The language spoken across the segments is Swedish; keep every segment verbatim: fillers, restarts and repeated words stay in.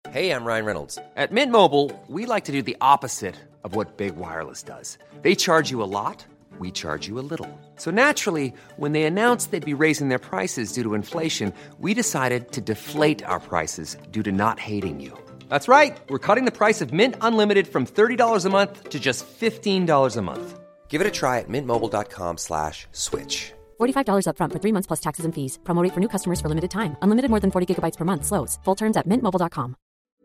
Hey, I'm Ryan Reynolds. At Mint Mobile, we like to do the opposite of what Big Wireless does. They charge you a lot, we charge you a little. So naturally, when they announced they'd be raising their prices due to inflation, we decided to deflate our prices due to not hating you. That's right. We're cutting the price of Mint Unlimited from thirty dollars a month to just fifteen dollars a month. Give it a try at mintmobile.com slash switch. forty-five dollars up front for three months plus taxes and fees. Promo rate for new customers for limited time. Unlimited more than forty gigabytes per month. Slows full terms at mint mobile dot com.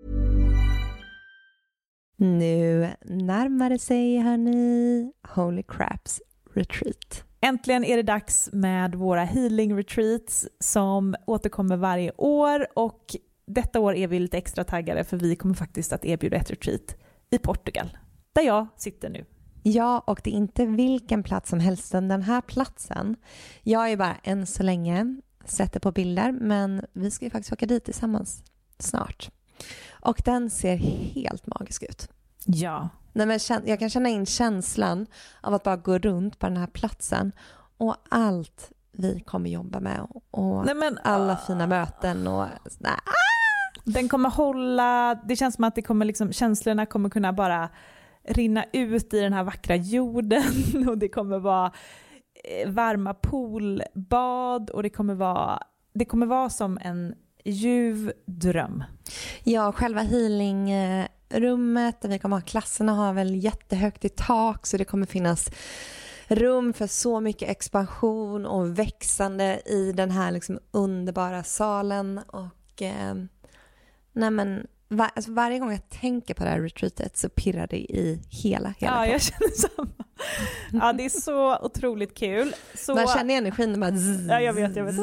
Nu närmar det sig, hörni, Holy Craps Retreat. Äntligen är det dags med våra healing retreats som återkommer varje år, och detta år är vi lite extra taggade för vi kommer faktiskt att erbjuda ett retreat i Portugal, där jag sitter nu. Ja, och det är inte vilken plats som helst. Den här platsen, jag är bara än så länge sätter på bilder, men vi ska ju faktiskt åka dit tillsammans snart. Och den ser helt magisk ut. Ja. Nej, men jag kan känna in känslan av att bara gå runt på den här platsen och allt vi kommer jobba med och Nej, men, alla fina möten och nej. Den kommer hålla, det känns som att det kommer liksom, känslorna kommer kunna bara rinna ut i den här vackra jorden, och det kommer vara varma poolbad, och det kommer vara det kommer vara som en ljuv dröm. Ja, själva healingrummet där vi kommer ha klasserna har väl jättehögt i tak, så det kommer finnas rum för så mycket expansion och växande i den här liksom underbara salen. Och eh, nej men var, alltså varje gång jag tänker på det här retreatet så pirrar det i hela hela Ja, kroppen. jag känner samma. Ja, det är så otroligt kul. Så... Man känner energin bara zzz. Ja, jag vet, jag vet.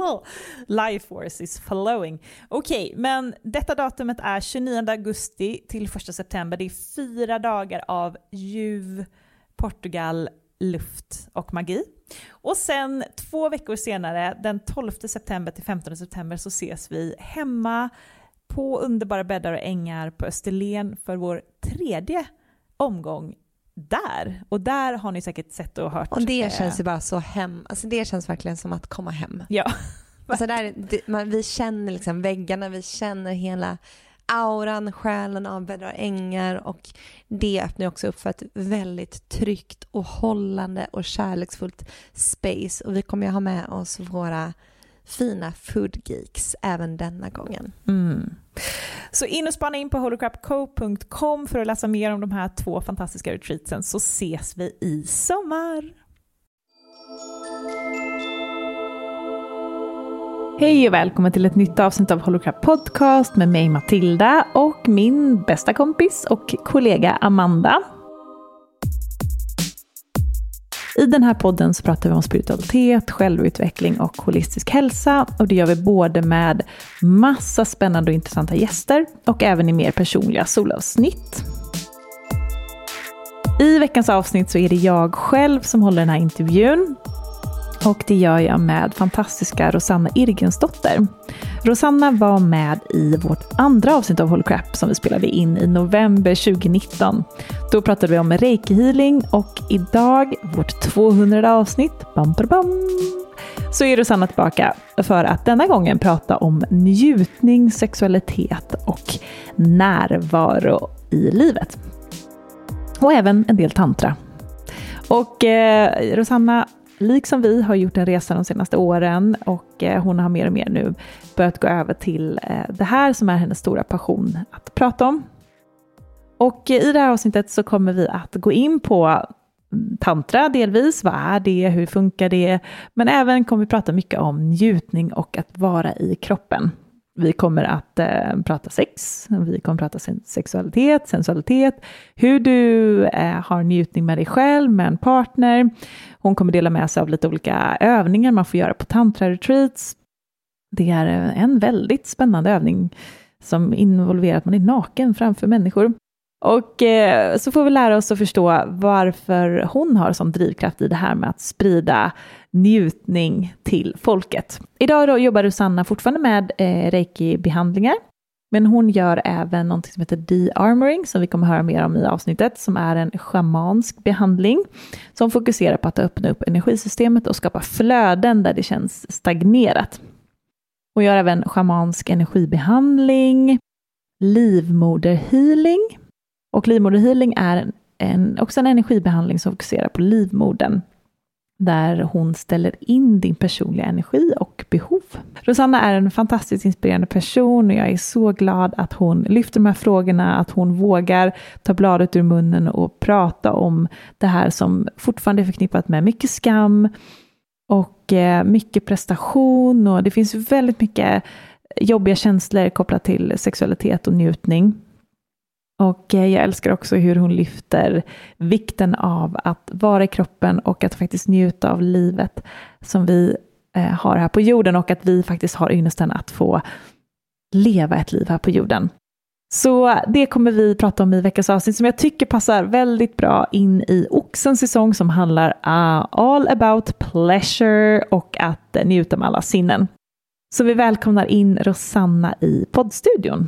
Life force is flowing. Okej, okay, men detta datumet är tjugonionde augusti till första september. Det är fyra dagar av ljuv, Portugal, luft och magi. Och sen två veckor senare, den tolfte september till femtonde september, så ses vi hemma på underbara bäddar och ängar på Österlen för vår tredje omgång där. Och där har ni säkert sett och hört. Och det känns ju bara så hem. Alltså det känns verkligen som att komma hem. Ja. Alltså där, det, man, vi känner liksom väggarna, vi känner hela auran, själen av bäddar och ängar, och det öppnar också upp för ett väldigt tryggt och hållande och kärleksfullt space. Och vi kommer ju ha med oss våra fina food geeks även denna gången. Mm. Så in och spana in på holy crap co punkt com för att läsa mer om de här två fantastiska retreatsen, så ses vi i sommar. Hej och välkommen till ett nytt avsnitt av Holy Crap Podcast med mig Matilda och min bästa kompis och kollega Amanda. I den här podden så pratar vi om spiritualitet, självutveckling och holistisk hälsa, och det gör vi både med massa spännande och intressanta gäster och även i mer personliga solavsnitt. I veckans avsnitt så är det jag själv som håller den här intervjun, och det gör jag med fantastiska Rosanna Irgensdotter. Rosanna var med i vårt andra avsnitt av Holy Crap som vi spelade in i november tjugonitton. Då pratade vi om reiki healing, och idag, vårt tvåhundrade avsnitt, bam, bam, bam, så är Rosanna tillbaka för att denna gången prata om njutning, sexualitet och närvaro i livet. Och även en del tantra. Och eh, Rosanna, liksom vi, har gjort en resa de senaste åren, och eh, hon har mer och mer nu börjat gå över till eh, det här som är hennes stora passion att prata om. Och eh, i det här avsnittet så kommer vi att gå in på tantra delvis. Vad är det? Hur funkar det? Men även kommer vi prata mycket om njutning och att vara i kroppen. Vi kommer att eh, prata sex, vi kommer att prata sen- sexualitet, sensualitet, hur du eh, har njutning med dig själv, med en partner. Hon kommer dela med sig av lite olika övningar man får göra på tantra-retreats. Det är en väldigt spännande övning som involverar att man är naken framför människor. Och eh, så får vi lära oss att förstå varför hon har sån drivkraft i det här med att sprida njutning till folket. Idag då jobbar Rosanna fortfarande med eh, reiki-behandlingar. Men hon gör även något som heter de-armoring, som vi kommer höra mer om i avsnittet, som är en schamansk behandling som fokuserar på att öppna upp energisystemet och skapa flöden där det känns stagnerat. Hon gör även schamansk energibehandling, livmoderhealing. Och livmoderhealing är en, en, också en energibehandling som fokuserar på livmodern. Där hon ställer in din personliga energi och behov. Rosanna är en fantastiskt inspirerande person och jag är så glad att hon lyfter de här frågorna. Att hon vågar ta bladet ur munnen och prata om det här som fortfarande är förknippat med mycket skam och eh, mycket prestation. Och det finns väldigt mycket jobbiga känslor kopplat till sexualitet och njutning. Och jag älskar också hur hon lyfter vikten av att vara i kroppen och att faktiskt njuta av livet som vi har här på jorden. Och att vi faktiskt har ynnesten att få leva ett liv här på jorden. Så det kommer vi prata om i veckans avsnitt som jag tycker passar väldigt bra in i Oxens säsong som handlar uh, all about pleasure och att uh, njuta med alla sinnen. Så vi välkomnar in Rosanna i poddstudion.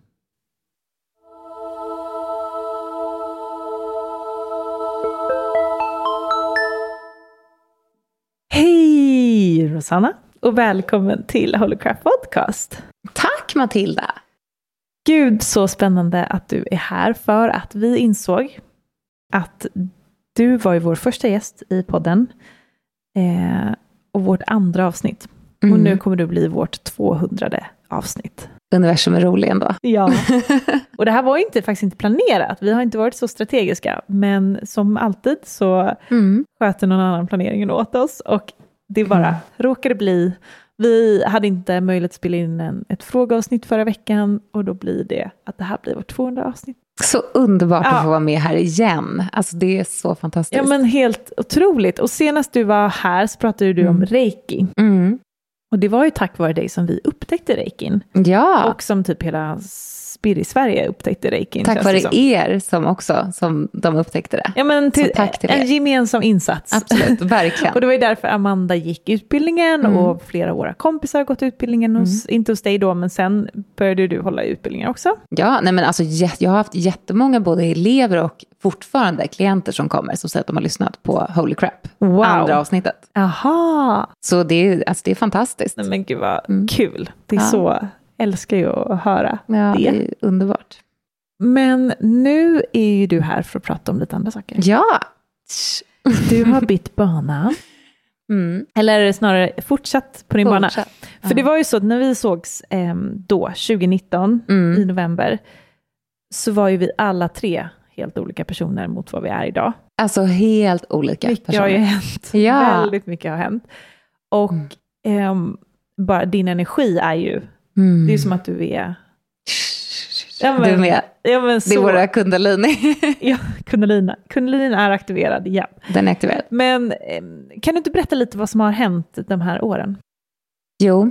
Hej Rosanna och välkommen till Holy Crap Podcast. Tack Matilda. Gud så spännande att du är här för att vi insåg att du var ju vår första gäst i podden eh, och vårt andra avsnitt. Mm. Och nu kommer du bli vårt tvåhundrade avsnitt. Universum är rolig ändå. Ja, och det här var ju inte, faktiskt inte planerat. Vi har inte varit så strategiska. Men som alltid så mm. sköter någon annan planeringen åt oss. Och det bara mm. råkade bli. Vi hade inte möjlighet att spela in en, ett frågeavsnitt förra veckan. Och då blir det att det här blir vårt tvåhundrade avsnitt. Så underbart ja. att få vara med här igen. Alltså det är så fantastiskt. Ja men helt otroligt. Och senast du var här så pratade du mm. om reiki. Mm. Och det var ju tack vare dig som vi upptäckte reikin. Ja. Och som typ hela Spir i Sverige upptäckte reikin. Tack vare som. er som också, som de upptäckte det. Ja men till, tack till en er. gemensam insats. Absolut, verkligen. Och det var ju därför Amanda gick utbildningen mm. och flera av våra kompisar har gått utbildningen. Hos, mm. inte hos dig då, men sen började du hålla utbildningar också. Ja, nej men alltså jag har haft jättemånga både elever och fortfarande klienter som kommer som säger att de har lyssnat på Holy Crap. Wow. Andra avsnittet. Aha. Så det är, alltså det är fantastiskt. Nej men gud vad mm. kul. Det är ja. så, älskar jag att höra ja, det. det är underbart. Men nu är ju du här för att prata om lite andra saker. Ja. Du har bytt bana. Mm. Eller snarare fortsatt på din fortsatt. bana. För ja. det var ju så att när vi sågs eh, då, tjugonitton mm. i november, så var ju vi alla tre helt olika personer mot vad vi är idag. Alltså helt olika mycket personer. Mycket har ju hänt. Ja. Väldigt mycket har hänt. Och mm. eh, bara din energi är ju, mm. det är som att du är... Ja, men, du är med. Ja, men så, det är våra kundalini. ja, kundalini. Kundalini är aktiverad, ja. Den är aktiverad. Men kan du inte berätta lite vad som har hänt de här åren? Jo.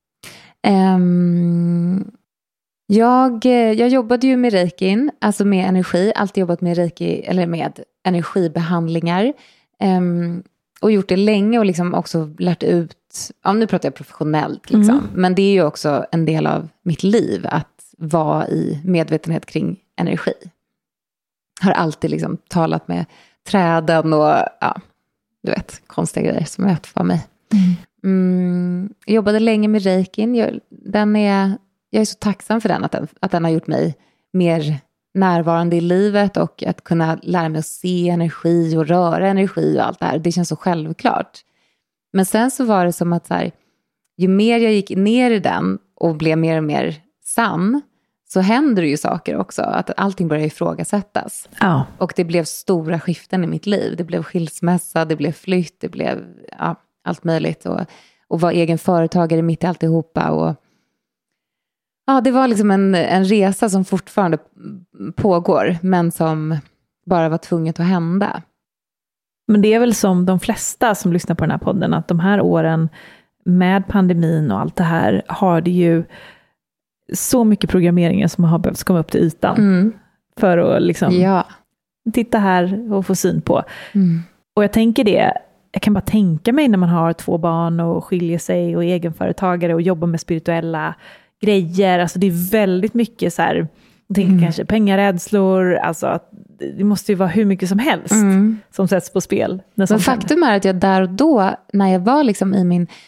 Um, jag, jag jobbade ju med reikin, alltså med energi. Alltid jobbat med reiki, eller med energibehandlingar. Um, och gjort det länge och liksom också lärt ut, ja nu pratar jag professionellt liksom. Mm. Men det är ju också en del av mitt liv att vara i medvetenhet kring energi. Har alltid liksom talat med träden och ja, du vet, konstiga grejer som jag för mig. Mm. Mm, jag jobbade länge med reikin. Jag, den är, jag är så tacksam för den att, den, att den har gjort mig mer närvarande i livet och att kunna lära mig att se energi och röra energi och allt det här. Det känns så självklart. Men sen så var det som att så här, ju mer jag gick ner i den och blev mer och mer sann, så händer det ju saker också. Att allting börjar ifrågasättas. Oh. Och det blev stora skiften i mitt liv. Det blev skilsmässa, det blev flytt, det blev ja, allt möjligt. Och, och var egen företagare mitt i alltihopa. Och, ja, det var liksom en, en resa som fortfarande pågår. Men som bara var tvunget att hända. Men det är väl som de flesta som lyssnar på den här podden. Att de här åren med pandemin och allt det här har det ju så mycket programmeringar som har behövt komma upp till ytan. Mm. För att liksom ja. titta här och få syn på. Mm. Och jag tänker det, jag kan bara tänka mig när man har två barn och skiljer sig och är egenföretagare och jobbar med spirituella grejer. Alltså det är väldigt mycket så här, jag tänker mm. kanske pengarädslor, alltså det måste ju vara hur mycket som helst mm. som sätts på spel. Men faktum är att jag där och då, när jag var liksom i min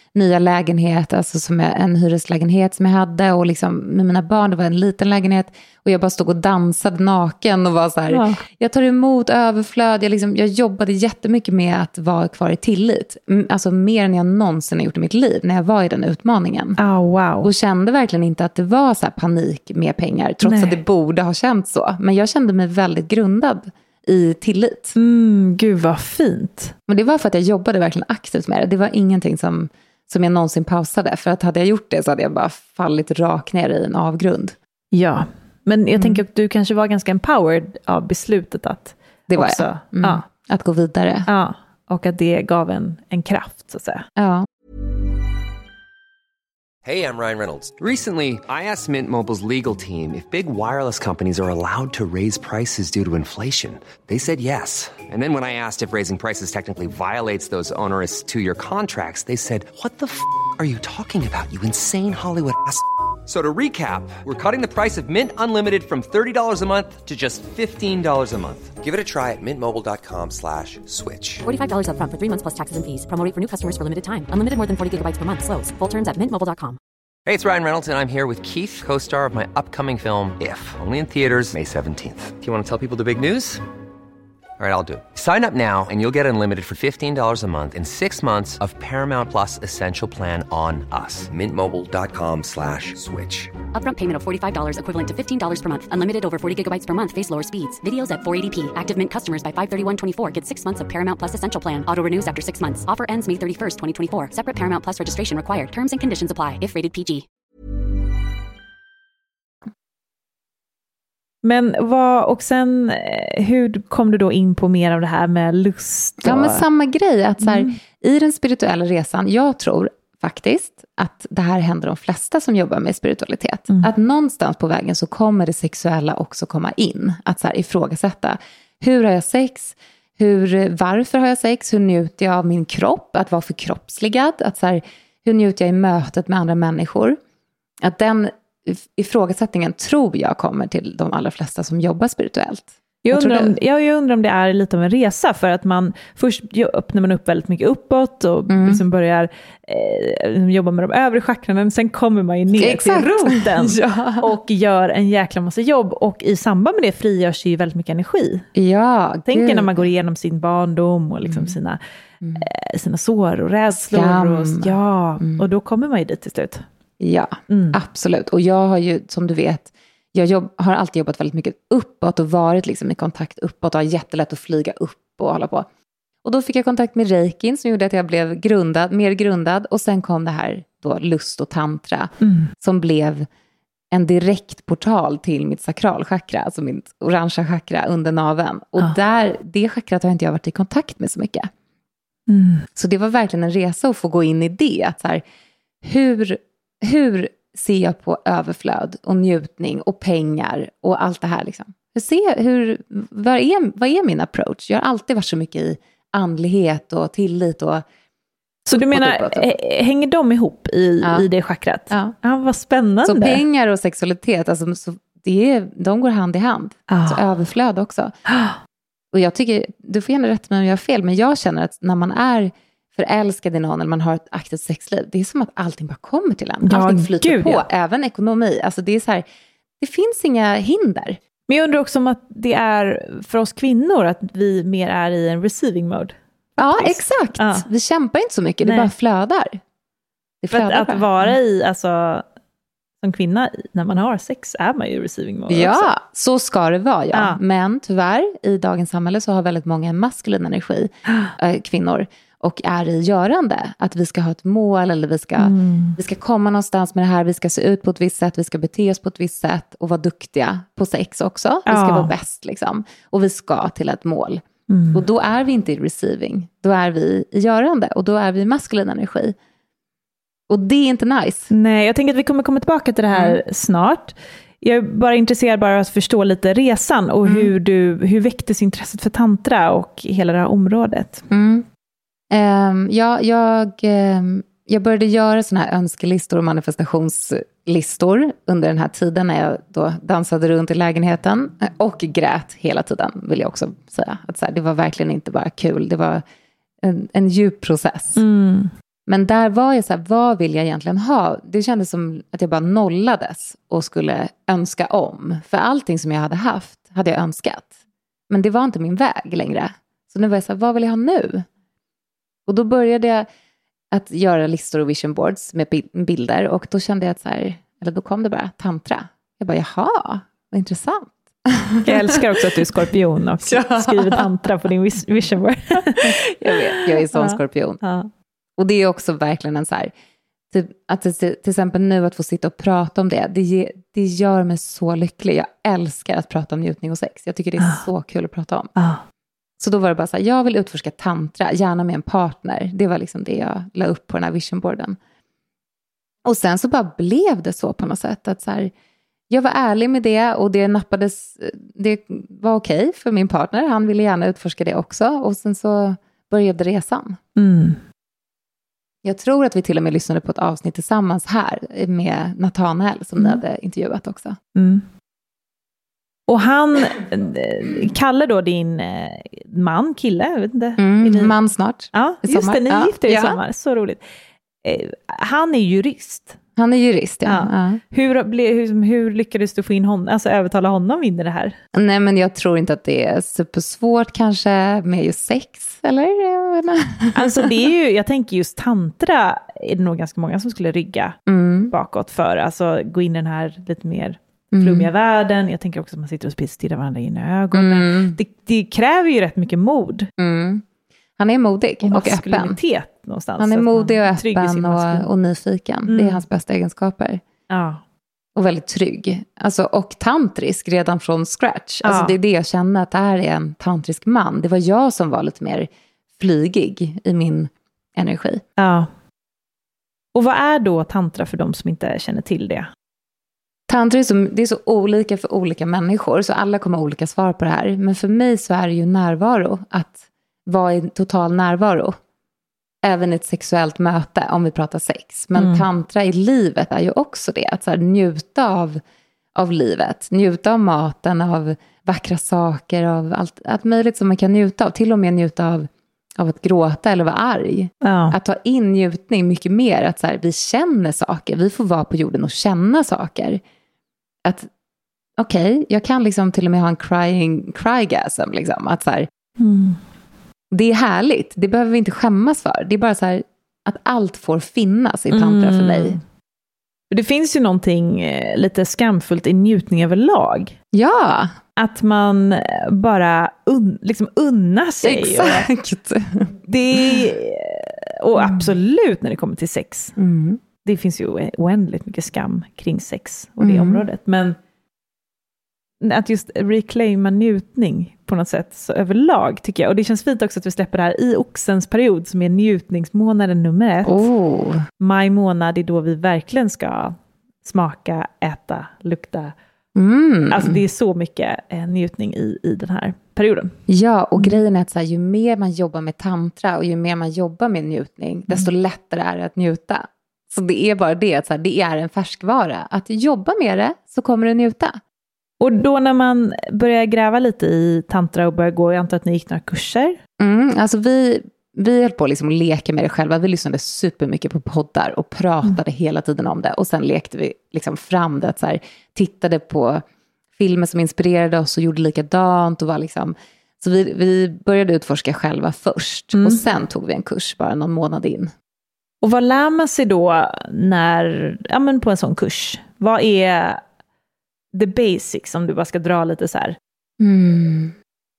nya lägenhet, alltså som jag, en hyreslägenhet som jag hade, och liksom med mina barn, det var en liten lägenhet, och jag bara stod och dansade naken och var så här, ja. jag tar emot överflöd, jag, liksom, jag jobbade jättemycket med att vara kvar i tillit, alltså mer än jag någonsin har gjort i mitt liv när jag var i den utmaningen. Oh, wow. Och kände verkligen inte att det var så här panik med pengar, trots Nej. Att det borde ha känts så, men jag kände mig väldigt grundad i tillit. Mm, gud vad fint. Men det var för att jag jobbade verkligen aktivt med det. Det var ingenting som, som jag någonsin pausade. För att hade jag gjort det så hade jag bara fallit rakt ner i en avgrund. Ja, men jag mm. tänker att du kanske var ganska empowered av beslutet att det var också, jag. Mm. Ja. Att gå vidare. Ja, och att det gav en, en kraft så att säga. Ja. Hey, I'm Ryan Reynolds. Recently, I asked Mint Mobile's legal team if big wireless companies are allowed to raise prices due to inflation. They said yes. And then when I asked if raising prices technically violates those onerous two-year contracts, they said, what the f*** are you talking about, you insane Hollywood ass f- So to recap, we're cutting the price of Mint Unlimited from thirty dollars a month to just fifteen dollars a month. Give it a try at mintmobile.com slash switch. forty-five dollars up front for three months plus taxes and fees. Promo rate for new customers for limited time. Unlimited more than forty gigabytes per month. Slows full terms at mint mobile dot com. Hey, it's Ryan Reynolds, and I'm here with Keith, co-star of my upcoming film, If, only in theaters May seventeenth. Do you want to tell people the big news? All right, I'll do it. Sign up now and you'll get unlimited for fifteen dollars a month and six months of Paramount Plus Essential Plan on us. Mintmobile.com slash switch. Upfront payment of forty-five dollars equivalent to fifteen dollars per month. Unlimited over forty gigabytes per month. Face lower speeds. Videos at four eighty p. Active Mint customers by five thirty-one twenty-four get six months of Paramount Plus Essential Plan. Auto renews after six months. Offer ends May thirty-first, twenty twenty-four. Separate Paramount Plus registration required. Terms and conditions apply if rated P G. Men vad, och sen hur kom du då in på mer av det här med lust? Och... Ja, men samma grej. Att så här, mm. i den spirituella resan, jag tror faktiskt att det här händer de flesta som jobbar med spiritualitet. Mm. Att någonstans på vägen så kommer det sexuella också komma in. Att så här, ifrågasätta. Hur har jag sex? Hur, varför har jag sex? Hur njuter jag av min kropp? Att vara förkroppsligad? Att så här, hur njuter jag i mötet med andra människor? Att den ifrågasättningen tror jag kommer till de allra flesta som jobbar spirituellt. Jag undrar, om, jag, jag undrar om det är lite av en resa, för att man först öppnar man upp väldigt mycket uppåt och mm. liksom börjar eh, jobba med de övre chakrarna, sen kommer man ju ner Exakt. till roten ja. och gör en jäkla massa jobb, och i samband med det frigörs ju väldigt mycket energi. Ja, tänker när man går igenom sin barndom och liksom mm. sina, mm. eh, sina sår och rädslor. Skam. Och, ja, mm. och då kommer man ju dit till slut. Ja, mm. absolut. Och jag har ju, som du vet, jag jobb, har alltid jobbat väldigt mycket uppåt och varit liksom i kontakt uppåt och har jättelätt att flyga upp och hålla på. Och då fick jag kontakt med reikin som gjorde att jag blev grundad, mer grundad. Och sen kom det här då, lust och tantra mm. som blev en direkt portal till mitt sakralchakra, alltså mitt orangea chakra under naveln. Och ah. där, det chakrat har inte jag varit i kontakt med så mycket. Mm. Så det var verkligen en resa att få gå in i det. Att så här, hur... Hur ser jag på överflöd och njutning och pengar och allt det här liksom? Hur ser, hur, vad, är, vad är min approach? Jag har alltid varit så mycket i andlighet och tillit. Och så du menar, uppåt, uppåt. hänger de ihop i, ja. i det chakrat? Ja. Ja, vad spännande. Så pengar och sexualitet, alltså, så det är, de går hand i hand. Ah. Så överflöd också. Ah. Och jag tycker, du får gärna rätta mig om jag har fel, men jag känner att när man är förälskad i någon eller man har ett aktivt sexliv, det är som att allting bara kommer till en. Ja, allting flyter gud, på, ja. även ekonomi. Alltså det är så här, det finns inga hinder. Men jag undrar också om att det är för oss kvinnor att vi mer är i en receiving mode. Ja, exakt. Ja. Vi kämpar inte så mycket, det Nej. bara flödar. Det för flödar att, bara. att vara i, alltså som kvinna, när man har sex är man ju i receiving mode ja, också. Så ska det vara, ja. Ja. Men tyvärr, i dagens samhälle så har väldigt många en maskulin energi, äh, kvinnor. Och är i görande. Att vi ska ha ett mål. Eller vi ska, mm. vi ska komma någonstans med det här. Vi ska se ut på ett visst sätt. Vi ska bete oss på ett visst sätt. Och vara duktiga på sex också. Vi ska ja. vara bäst liksom. Och vi ska till ett mål. Mm. Och då är vi inte i receiving. Då är vi i görande. Och då är vi i maskulin energi. Och det är inte nice. Nej, jag tänker att vi kommer komma tillbaka till det här mm. snart. Jag är bara intresserad bara att förstå lite resan. Och mm. hur du hur väcktes intresset för tantra. Och hela det här området. Mm. Um, ja, jag, um, jag började göra såna här önskelistor och manifestationslistor under den här tiden när jag då dansade runt i lägenheten och grät hela tiden, vill jag också säga. Att så här, det var verkligen inte bara kul, det var en, en djup process. Mm. Men där var jag så här, vad vill jag egentligen ha? Det kändes som att jag bara nollades och skulle önska om. För allting som jag hade haft hade jag önskat. Men det var inte min väg längre. Så nu var jag så här, vad vill jag ha nu? Och då började jag att göra listor och vision boards med bilder. Och då kände jag att så här, eller då kom det bara tantra. Jag bara, jaha, vad intressant. Jag älskar också att du är skorpion och ja. skriver tantra på din vision board. Jag vet, jag är sån ja. skorpion. Ja. Och det är också verkligen en så här, typ, att till, till exempel nu att få sitta och prata om det, det, ge, det gör mig så lycklig. Jag älskar att prata om njutning och sex. Jag tycker det är ah. så kul att prata om. Ah. Så då var det bara så här, jag vill utforska tantra, gärna med en partner. Det var liksom det jag la upp på den här visionboarden. Och sen så bara blev det så på något sätt. Att så här, jag var ärlig med det och det nappades, det var okej för min partner. Han ville gärna utforska det också. Och sen så började resan. Mm. Jag tror att vi till och med lyssnade på ett avsnitt tillsammans här med Nathanael som mm. ni hade intervjuat också. Mm. Och han, Kalle då, din man, kille, jag vet inte. Mm, ni... Man snart. Ja, just det, ni ja. gifte i ja. sommar, så roligt. Han är jurist. Han är jurist, ja. ja. ja. Hur, hur, hur lyckades du få in honom, alltså övertala honom in i det här? Nej, men jag tror inte att det är supersvårt kanske med just sex, eller? Alltså det är ju, jag tänker just tantra är det nog ganska många som skulle rygga mm. bakåt för. Alltså gå in i den här lite mer flummiga mm. världen. Jag tänker också att man sitter och stirrar varandra in i ögonen. Mm. Det, det kräver ju rätt mycket mod. Mm. Han är modig och, och öppen. Någonstans. Han är modig och öppen och, och nyfiken. Mm. Det är hans bästa egenskaper. Ja. Och väldigt trygg. Alltså, och tantrisk redan från scratch. Alltså, ja. det är det jag känner att det här är en tantrisk man. Det var jag som var lite mer flygig i min energi. Ja. Och vad är då tantra för de som inte känner till det? Tantra är så, det är så olika för olika människor. Så alla kommer ha olika svar på det här. Men för mig så är det ju närvaro. Att vara i total närvaro. Även ett sexuellt möte om vi pratar sex. Men mm. tantra i livet är ju också det. Att så här, njuta av, av livet. Njuta av maten, av vackra saker. Av allt, allt möjligt som man kan njuta av. Till och med njuta av, av att gråta eller vara arg. Ja. Att ta in njutning mycket mer. Att så här, vi känner saker. Vi får vara på jorden och känna saker. Att okej, okay, jag kan liksom till och med ha en crying crygasm. Liksom. Att så här... Mm. Det är härligt. Det behöver vi inte skämmas för. Det är bara så här att allt får finnas i tantra mm. för mig. Det finns ju någonting lite skamfullt i njutning överlag. Ja. Att man bara un, liksom unnar sig. Exakt. Och, det, och absolut när det kommer till sex. Mm. Det finns ju oändligt mycket skam kring sex och det mm. området. Men att just reclaima njutning på något sätt så överlag tycker jag. Och det känns fint också att vi släpper det här i oxens period som är njutningsmånaden nummer ett. Oh. Maj månad är då vi verkligen ska smaka, äta, lukta. Mm. Alltså det är så mycket eh, njutning i, i den här perioden. Ja, och grejen är att så här, ju mer man jobbar med tantra och ju mer man jobbar med njutning, mm. desto lättare är det att njuta. Så det är bara det, att så här, det är en färskvara. Att jobba med det så kommer du njuta. Och då när man börjar gräva lite i tantra och börjar gå, jag antar att ni gick några kurser? Mm, alltså vi, vi höll på liksom att leka med det själva. Vi lyssnade supermycket på poddar och pratade mm. hela tiden om det. Och sen lekte vi liksom fram det, att så här, tittade på filmer som inspirerade oss och gjorde likadant. Och var liksom, så vi, vi började utforska själva först. Mm. Och sen tog vi en kurs bara någon månad in. Och vad lär man sig då när, ja men på en sån kurs? Vad är the basics, om du bara ska dra lite så här? Mm.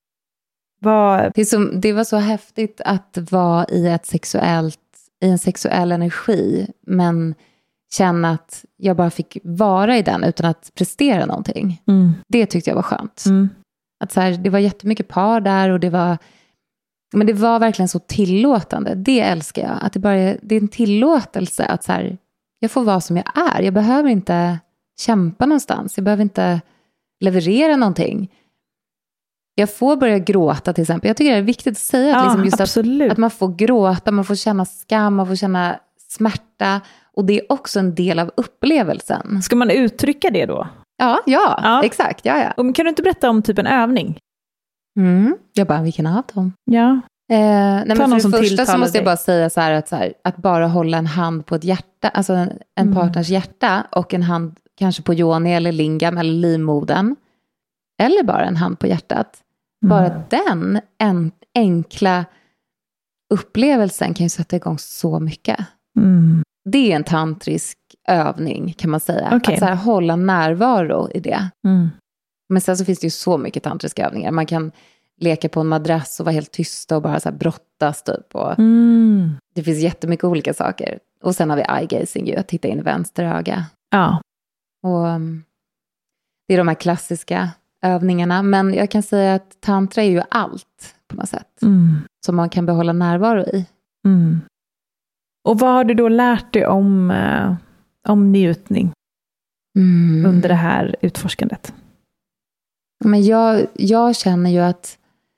Vad... Det, är så, det var så häftigt att vara i ett sexuellt, i en sexuell energi, men känna att jag bara fick vara i den utan att prestera någonting. Mm. Det tyckte jag var skönt. Mm. Att så här, det var jättemycket par där och det var, men det var verkligen så tillåtande. Det älskar jag. Att det bara är, det är en tillåtelse att så här, jag får vara som jag är. Jag behöver inte kämpa någonstans. Jag behöver inte leverera någonting. Jag får börja gråta till exempel. Jag tycker det är viktigt att säga att, ja, liksom just att, att man får gråta, man får känna skam, man får känna smärta. Och det är också en del av upplevelsen. Ska man uttrycka det då? Ja, ja, ja. exakt. Ja, ja. Och kan du inte berätta om typ en övning? Mm. Jag bara, vilken av dem? Ja. nej, men Ta någon för som det första så tilltalar måste jag dig. bara säga så här att, så här, att bara hålla en hand på ett hjärta, alltså en, en Mm. partners hjärta och en hand kanske på yoni eller lingam eller livmodern, eller bara en hand på hjärtat. Mm. Bara den en, enkla upplevelsen kan ju sätta igång så mycket. Mm. Det är en tantrisk övning kan man säga. Okej. Att så här, hålla närvaro i det. Mm. Men sen så finns det ju så mycket tantriska övningar. Man kan leka på en madrass och vara helt tysta och bara så här brottas typ. Och Mm. det finns jättemycket olika saker. Och sen har vi eye gazing ju, att titta in i vänster öga. Ja. Och um, det är de här klassiska övningarna. Men jag kan säga att tantra är ju allt på något sätt. Mm. Som man kan behålla närvaro i. Mm. Och vad har du då lärt dig om, eh, om njutning Mm. under det här utforskandet? Men jag, jag känner ju att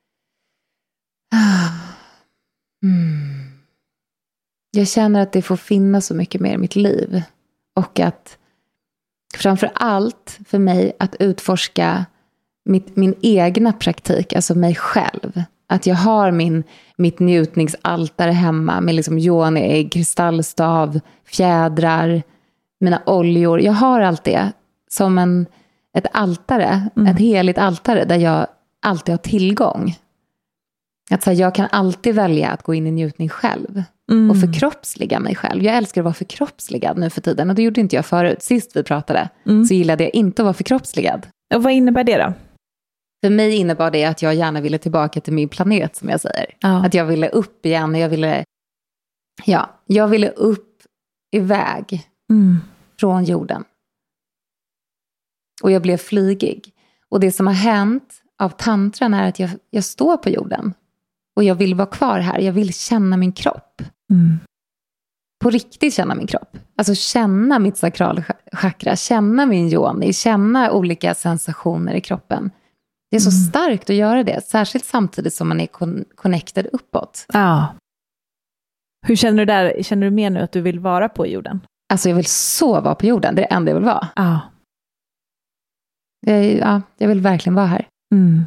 mm, jag känner att det får finnas så mycket mer i mitt liv. Och att framför allt för mig att utforska mitt, min egna praktik, alltså mig själv. Att jag har min, mitt njutningsaltare hemma med liksom yoni, kristallstav, fjädrar, mina oljor. Jag har allt det som en, ett altare, Mm. ett heligt altare där jag alltid har tillgång. Att så här, jag kan alltid välja att gå in i njutning själv. Mm. Och förkroppsliga mig själv. Jag älskar att vara förkroppsligad nu för tiden. Och det gjorde inte jag förut. Sist vi pratade Mm. så gillade jag inte att vara förkroppsligad. Och vad innebär det då? För mig innebar det att jag gärna ville tillbaka till min planet, som jag säger. Ja. Att jag ville upp igen. Jag ville, ja, jag ville upp iväg Mm. från jorden. Och jag blev flygig. Och det som har hänt av tantran är att jag, jag står på jorden. Och jag vill vara kvar här. Jag vill känna min kropp. Mm. På riktigt känna min kropp. Alltså känna mitt sakralchakra. Känna min yoni. Känna olika sensationer i kroppen. Det är så Mm. starkt att göra det. Särskilt samtidigt som man är con- connected uppåt. Ja. Hur känner du där? Känner du mer nu att du vill vara på jorden? Alltså jag vill så vara på jorden. Det är det enda jag vill vara. Ja. Jag, ja, jag vill verkligen vara här. Mm.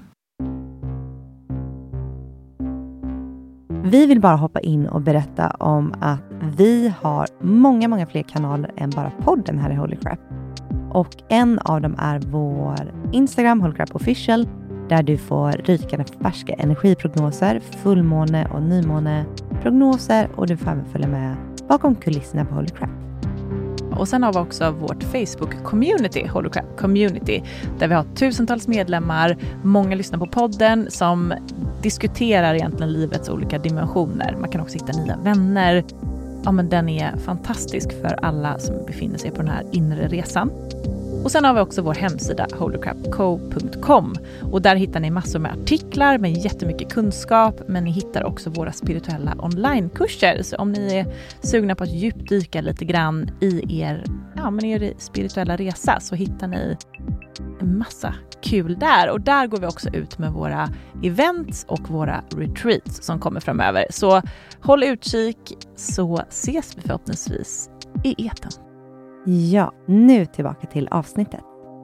Vi vill bara hoppa in och berätta om att vi har många, många fler kanaler än bara podden här i Holy Crap. Och en av dem är vår Instagram, Holy Crap Official, där du får rykande färska energiprognoser, fullmåne- och nymåneprognoser, och du får även följa med bakom kulisserna på Holy Crap. Och sen har vi också vårt Facebook-community, Holy Crap Community, där vi har tusentals medlemmar, många lyssnar på podden som diskuterar egentligen livets olika dimensioner. Man kan också hitta nya vänner. Ja, men den är fantastisk för alla som befinner sig på den här inre resan. Och sen har vi också vår hemsida holy crap co punkt com, och där hittar ni massor med artiklar med jättemycket kunskap, men ni hittar också våra spirituella onlinekurser. Så om ni är sugna på att djupdyka lite grann i er, ja, men er spirituella resa, så hittar ni en massa kul där. Och där går vi också ut med våra events och våra retreats som kommer framöver. Så håll utkik, så ses vi förhoppningsvis i etern. Ja, nu tillbaka till avsnittet.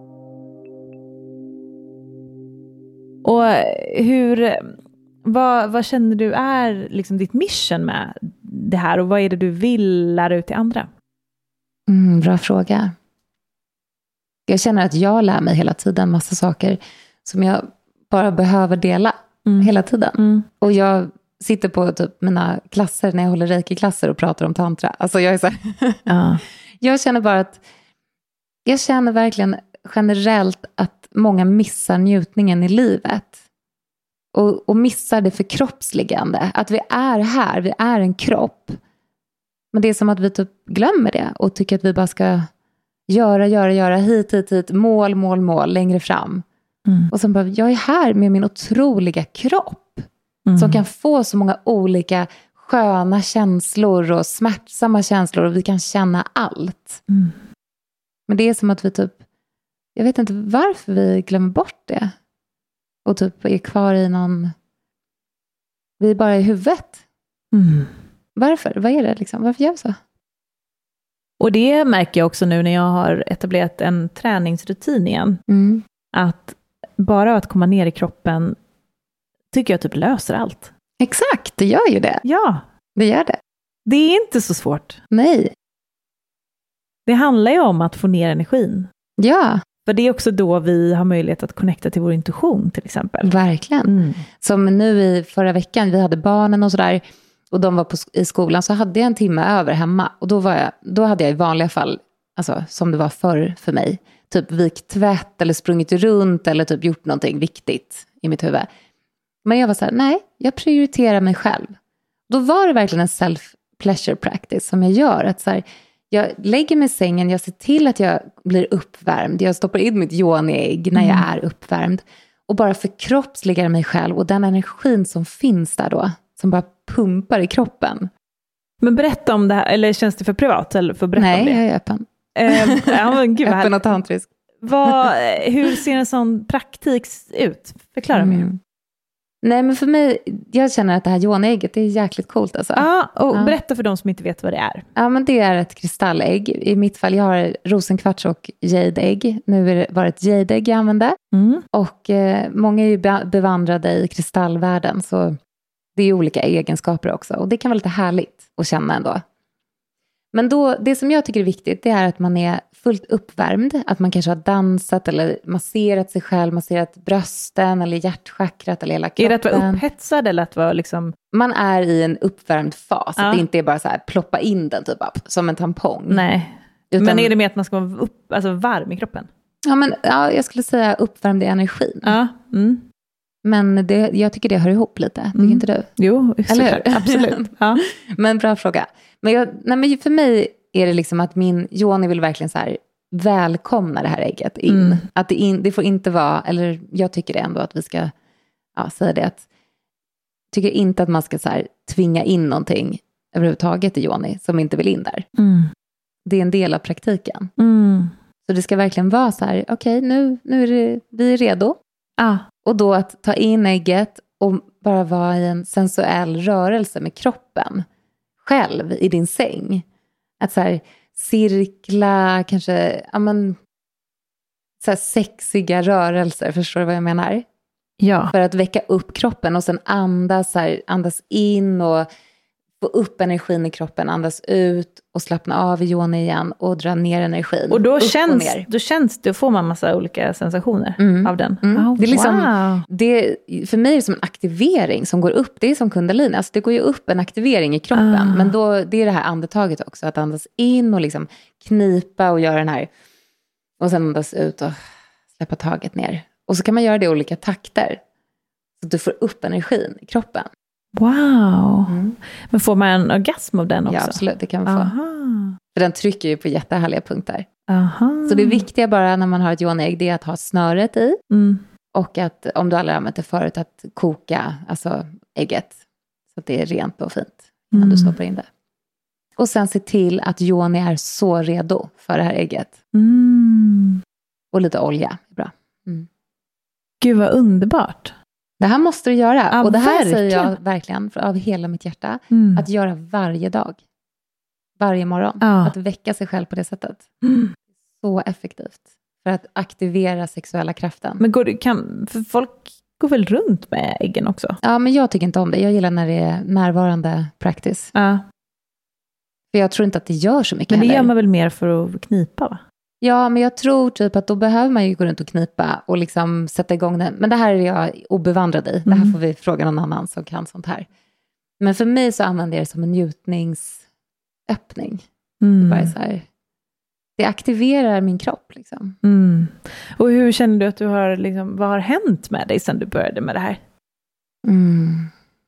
Och hur, vad, vad känner du är liksom ditt mission med det här, och vad är det du vill lära ut till andra? Mm, bra fråga. Jag känner att jag lär mig hela tiden massa saker som jag bara behöver dela Mm. hela tiden. Mm. Och jag sitter på typ mina klasser när jag håller reiki-klasser och pratar om tantra. Alltså jag är så här, Ja. jag känner bara att jag känner verkligen generellt att många missar njutningen i livet. Och, och missar det förkroppsligande. Att vi är här, vi är en kropp. Men det är som att vi typ glömmer det och tycker att vi bara ska göra, göra, göra, hit, hit, hit, mål, mål, mål, längre fram. Mm. Och sen bara, jag är här med min otroliga kropp. Mm. Som kan få så många olika sköna känslor och smärtsamma känslor, och vi kan känna allt. Mm. Men det är som att vi typ, jag vet inte varför vi glömmer bort det. Och typ är kvar i någon, vi är bara i huvudet. Mm. Varför? Vad är det liksom? Varför gör vi så? Och det märker jag också nu när jag har etablerat en träningsrutin igen. Mm. Att bara att komma ner i kroppen tycker jag typ löser allt. Exakt, det gör ju det. Ja. Det gör det. Det är inte så svårt. Nej. Det handlar ju om att få ner energin. Ja. För det är också då vi har möjlighet att connecta till vår intuition till exempel. Verkligen. Mm. Som nu i förra veckan, vi hade barnen och sådär. Och de var på, i skolan, så hade jag en timme över hemma. Och då, var jag, då hade jag i vanliga fall, alltså som det var förr för mig, typ vikt tvätt eller sprungit runt eller typ gjort någonting viktigt i mitt huvud. Men jag var så här, nej, jag prioriterar mig själv. Då var det verkligen en self-pleasure practice som jag gör. Att så här, jag lägger mig i sängen, jag ser till att jag blir uppvärmd. Jag stoppar in mitt yoni-ägg när jag Mm. är uppvärmd. Och bara förkroppsligar mig själv och den energin som finns där då. Som bara pumpar i kroppen. Men berätta om det här, eller känns det för privat? Eller för att berätta Nej, om det? jag är öppen. Eh, ja, men gud vad Öppen härligt. och tantrisk. Vad, hur ser en sån praktik ut? Förklara mer. Mm. Nej, men för mig, jag känner att det här yoni-ägget, det är jäkligt coolt alltså. Ja, och Ja. berätta för de som inte vet vad det är. Ja, men det är ett kristallägg. I mitt fall, jag har rosenkvarts och jadeägg. Nu är det bara ett jadeägg jag använder. Mm. Och eh, många är ju be- bevandrade i kristallvärlden, så det är olika egenskaper också. Och det kan vara lite härligt att känna ändå. Men då, det som jag tycker är viktigt, det är att man är fullt uppvärmd. Att man kanske har dansat eller masserat sig själv, masserat brösten eller hjärtchakrat eller hela kroppen. Är det att vara upphetsad eller att vara liksom... Man är i en uppvärmd fas. Ja. Att det inte är bara så här, ploppa in den typ upp, som en tampong. Nej. Utan, Men är det mer att man ska vara upp, alltså varm i kroppen? Ja, men ja, jag skulle säga uppvärmd i energin. Ja. Mm. Men det, jag tycker det hör ihop lite. Tycker Mm. inte du? Jo, Eller såklart. hur? Absolut. Ja. Men bra fråga. Men, jag, nej, men för mig är det liksom att min yoni vill verkligen så här välkomna det här ägget in. Mm. Att det, in, det får inte vara, eller jag tycker det ändå att vi ska ja, säga det. Att, tycker inte att man ska så här tvinga in någonting överhuvudtaget i yoni som inte vill in där. Mm. Det är en del av praktiken. Mm. Så det ska verkligen vara så här, okej, okay, nu, nu är det, vi är redo. Ah. Och då att ta in ägget och bara vara i en sensuell rörelse med kroppen. Själv i din säng. Att så här cirkla, kanske, ja men, så här sexiga rörelser, förstår du vad jag menar? Ja. För att väcka upp kroppen och sen andas, så här, andas in och få upp energin i kroppen, andas ut och slappna av i yoni igen och dra ner energin. Och då upp känns, och ner. då känns det, får man massa olika sensationer Mm. av den. Mm. Oh, Det är liksom, wow. det, för mig är det som en aktivering som går upp. Det är som kundalini. Alltså det går ju upp en aktivering i kroppen. Ah. Men då, det är det här andetaget också. Att andas in och liksom knipa och göra den här. Och sen andas ut och släppa taget ner. Och så kan man göra det i olika takter. Så att du får upp energin i kroppen. Wow. Mm. Men får man en orgasm av den också? Ja, absolut. Det kan man få. Aha. För den trycker ju på jättehärliga punkter. Aha. Så det viktiga bara när man har ett yoni-ägg, det är att ha snöret i. Mm. Och att, om du aldrig använt det förut, att koka alltså ägget. Så att det är rent och fint innan Mm. du stoppar in det. Och sen se till att yoni är så redo för det här ägget. Mm. Och lite olja är bra. Mm. Gud vad underbart. Det här måste du göra. Ja, och det här verkligen. säger jag verkligen för, av hela mitt hjärta. Mm. Att göra varje dag. Varje morgon. Ja. Att väcka sig själv på det sättet. Mm. Så effektivt. För att aktivera sexuella kraften. Men går det, kan, för folk går väl runt med äggen också? Ja, men jag tycker inte om det. Jag gillar när det är närvarande practice. Ja. För jag tror inte att det gör så mycket Men det heller. gör man väl mer för att knipa, va? Ja, men jag tror typ att då behöver man ju gå runt och knipa och liksom sätta igång den. Men det här är jag obevandrad i. Det här Mm. får vi fråga någon annan som kan sånt här. Men för mig så använder jag det som en njutningsöppning. Mm. Bara så här, det aktiverar min kropp liksom. Mm. Och hur känner du att du har, liksom, vad har hänt med dig sedan du började med det här? Mm.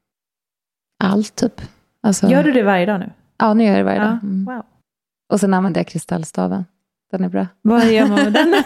Allt typ. Alltså, Gör du det varje dag nu? Ja, nu gör jag det varje Ja. dag. Mm. Wow. Och sen använder jag kristallstaven. Den är bra. Vad gör man med den?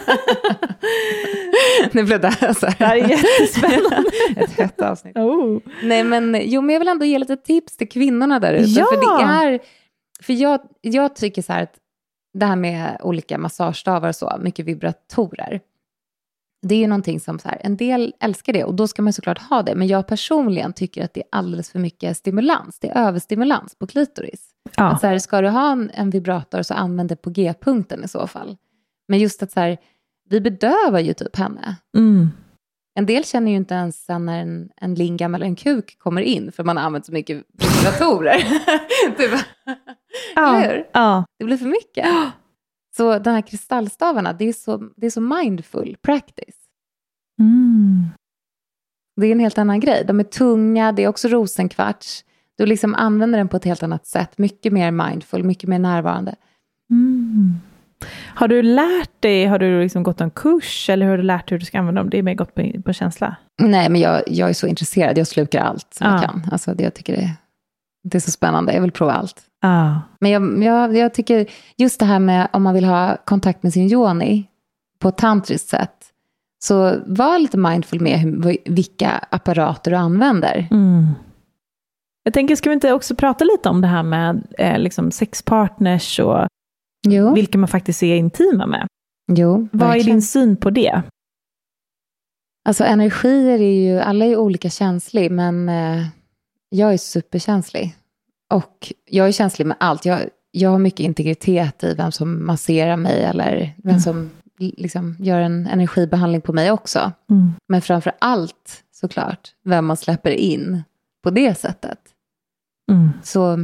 Nu blev det här så här. Det här är jättespännande. Ett hett avsnitt. Oh. Nej, men, jo, men jag vill ändå ge lite tips till kvinnorna där ute. Ja. För, det är, för jag, jag tycker så här att det här med olika massagestavar och så, mycket vibratorer. Det är ju någonting som så här, en del älskar det och då ska man såklart ha det. Men jag personligen tycker att det är alldeles för mycket stimulans. Det är överstimulans på klitoris. Ja. Att så här, ska du ha en, en vibrator så använd det på G-punkten i så fall. Men just att så här, vi bedövar ju typ henne. Mm. En del känner ju inte ens när en, en lingam eller en kuk kommer in. För man har använt så mycket vibratorer. Det, bara, Ja, eller hur? ja. Det blir för mycket. Så de här kristallstavarna, det är så, det är så mindful practice. Mm. Det är en helt annan grej. De är tunga, det är också rosenkvarts. Du liksom använder den på ett helt annat sätt. Mycket mer mindful, mycket mer närvarande. Mm. Har du lärt dig, har du liksom gått en kurs eller har du lärt dig hur du ska använda dem? Det är mer gått på, på känsla. Nej, men jag, jag är så intresserad. Jag slukar allt som Ja. jag kan. Alltså, det, jag tycker det, det är så spännande. Jag vill prova allt. Ja. Men jag, jag, jag tycker just det här med om man vill ha kontakt med sin yoni på ett tantriskt sätt. Så var lite mindful med hur, vilka apparater du använder. Mm. Jag tänker, ska vi inte också prata lite om det här med eh, liksom sexpartners och Jo, vilka man faktiskt är intima med? jo Vad är verkligen. din syn på det? Alltså energier är ju, alla är ju olika känslig, men eh, jag är superkänslig. Och jag är känslig med allt. Jag, jag har mycket integritet i vem som masserar mig eller vem Mm. som liksom gör en energibehandling på mig också. Mm. Men framför allt såklart vem man släpper in på det sättet. Mm. Så,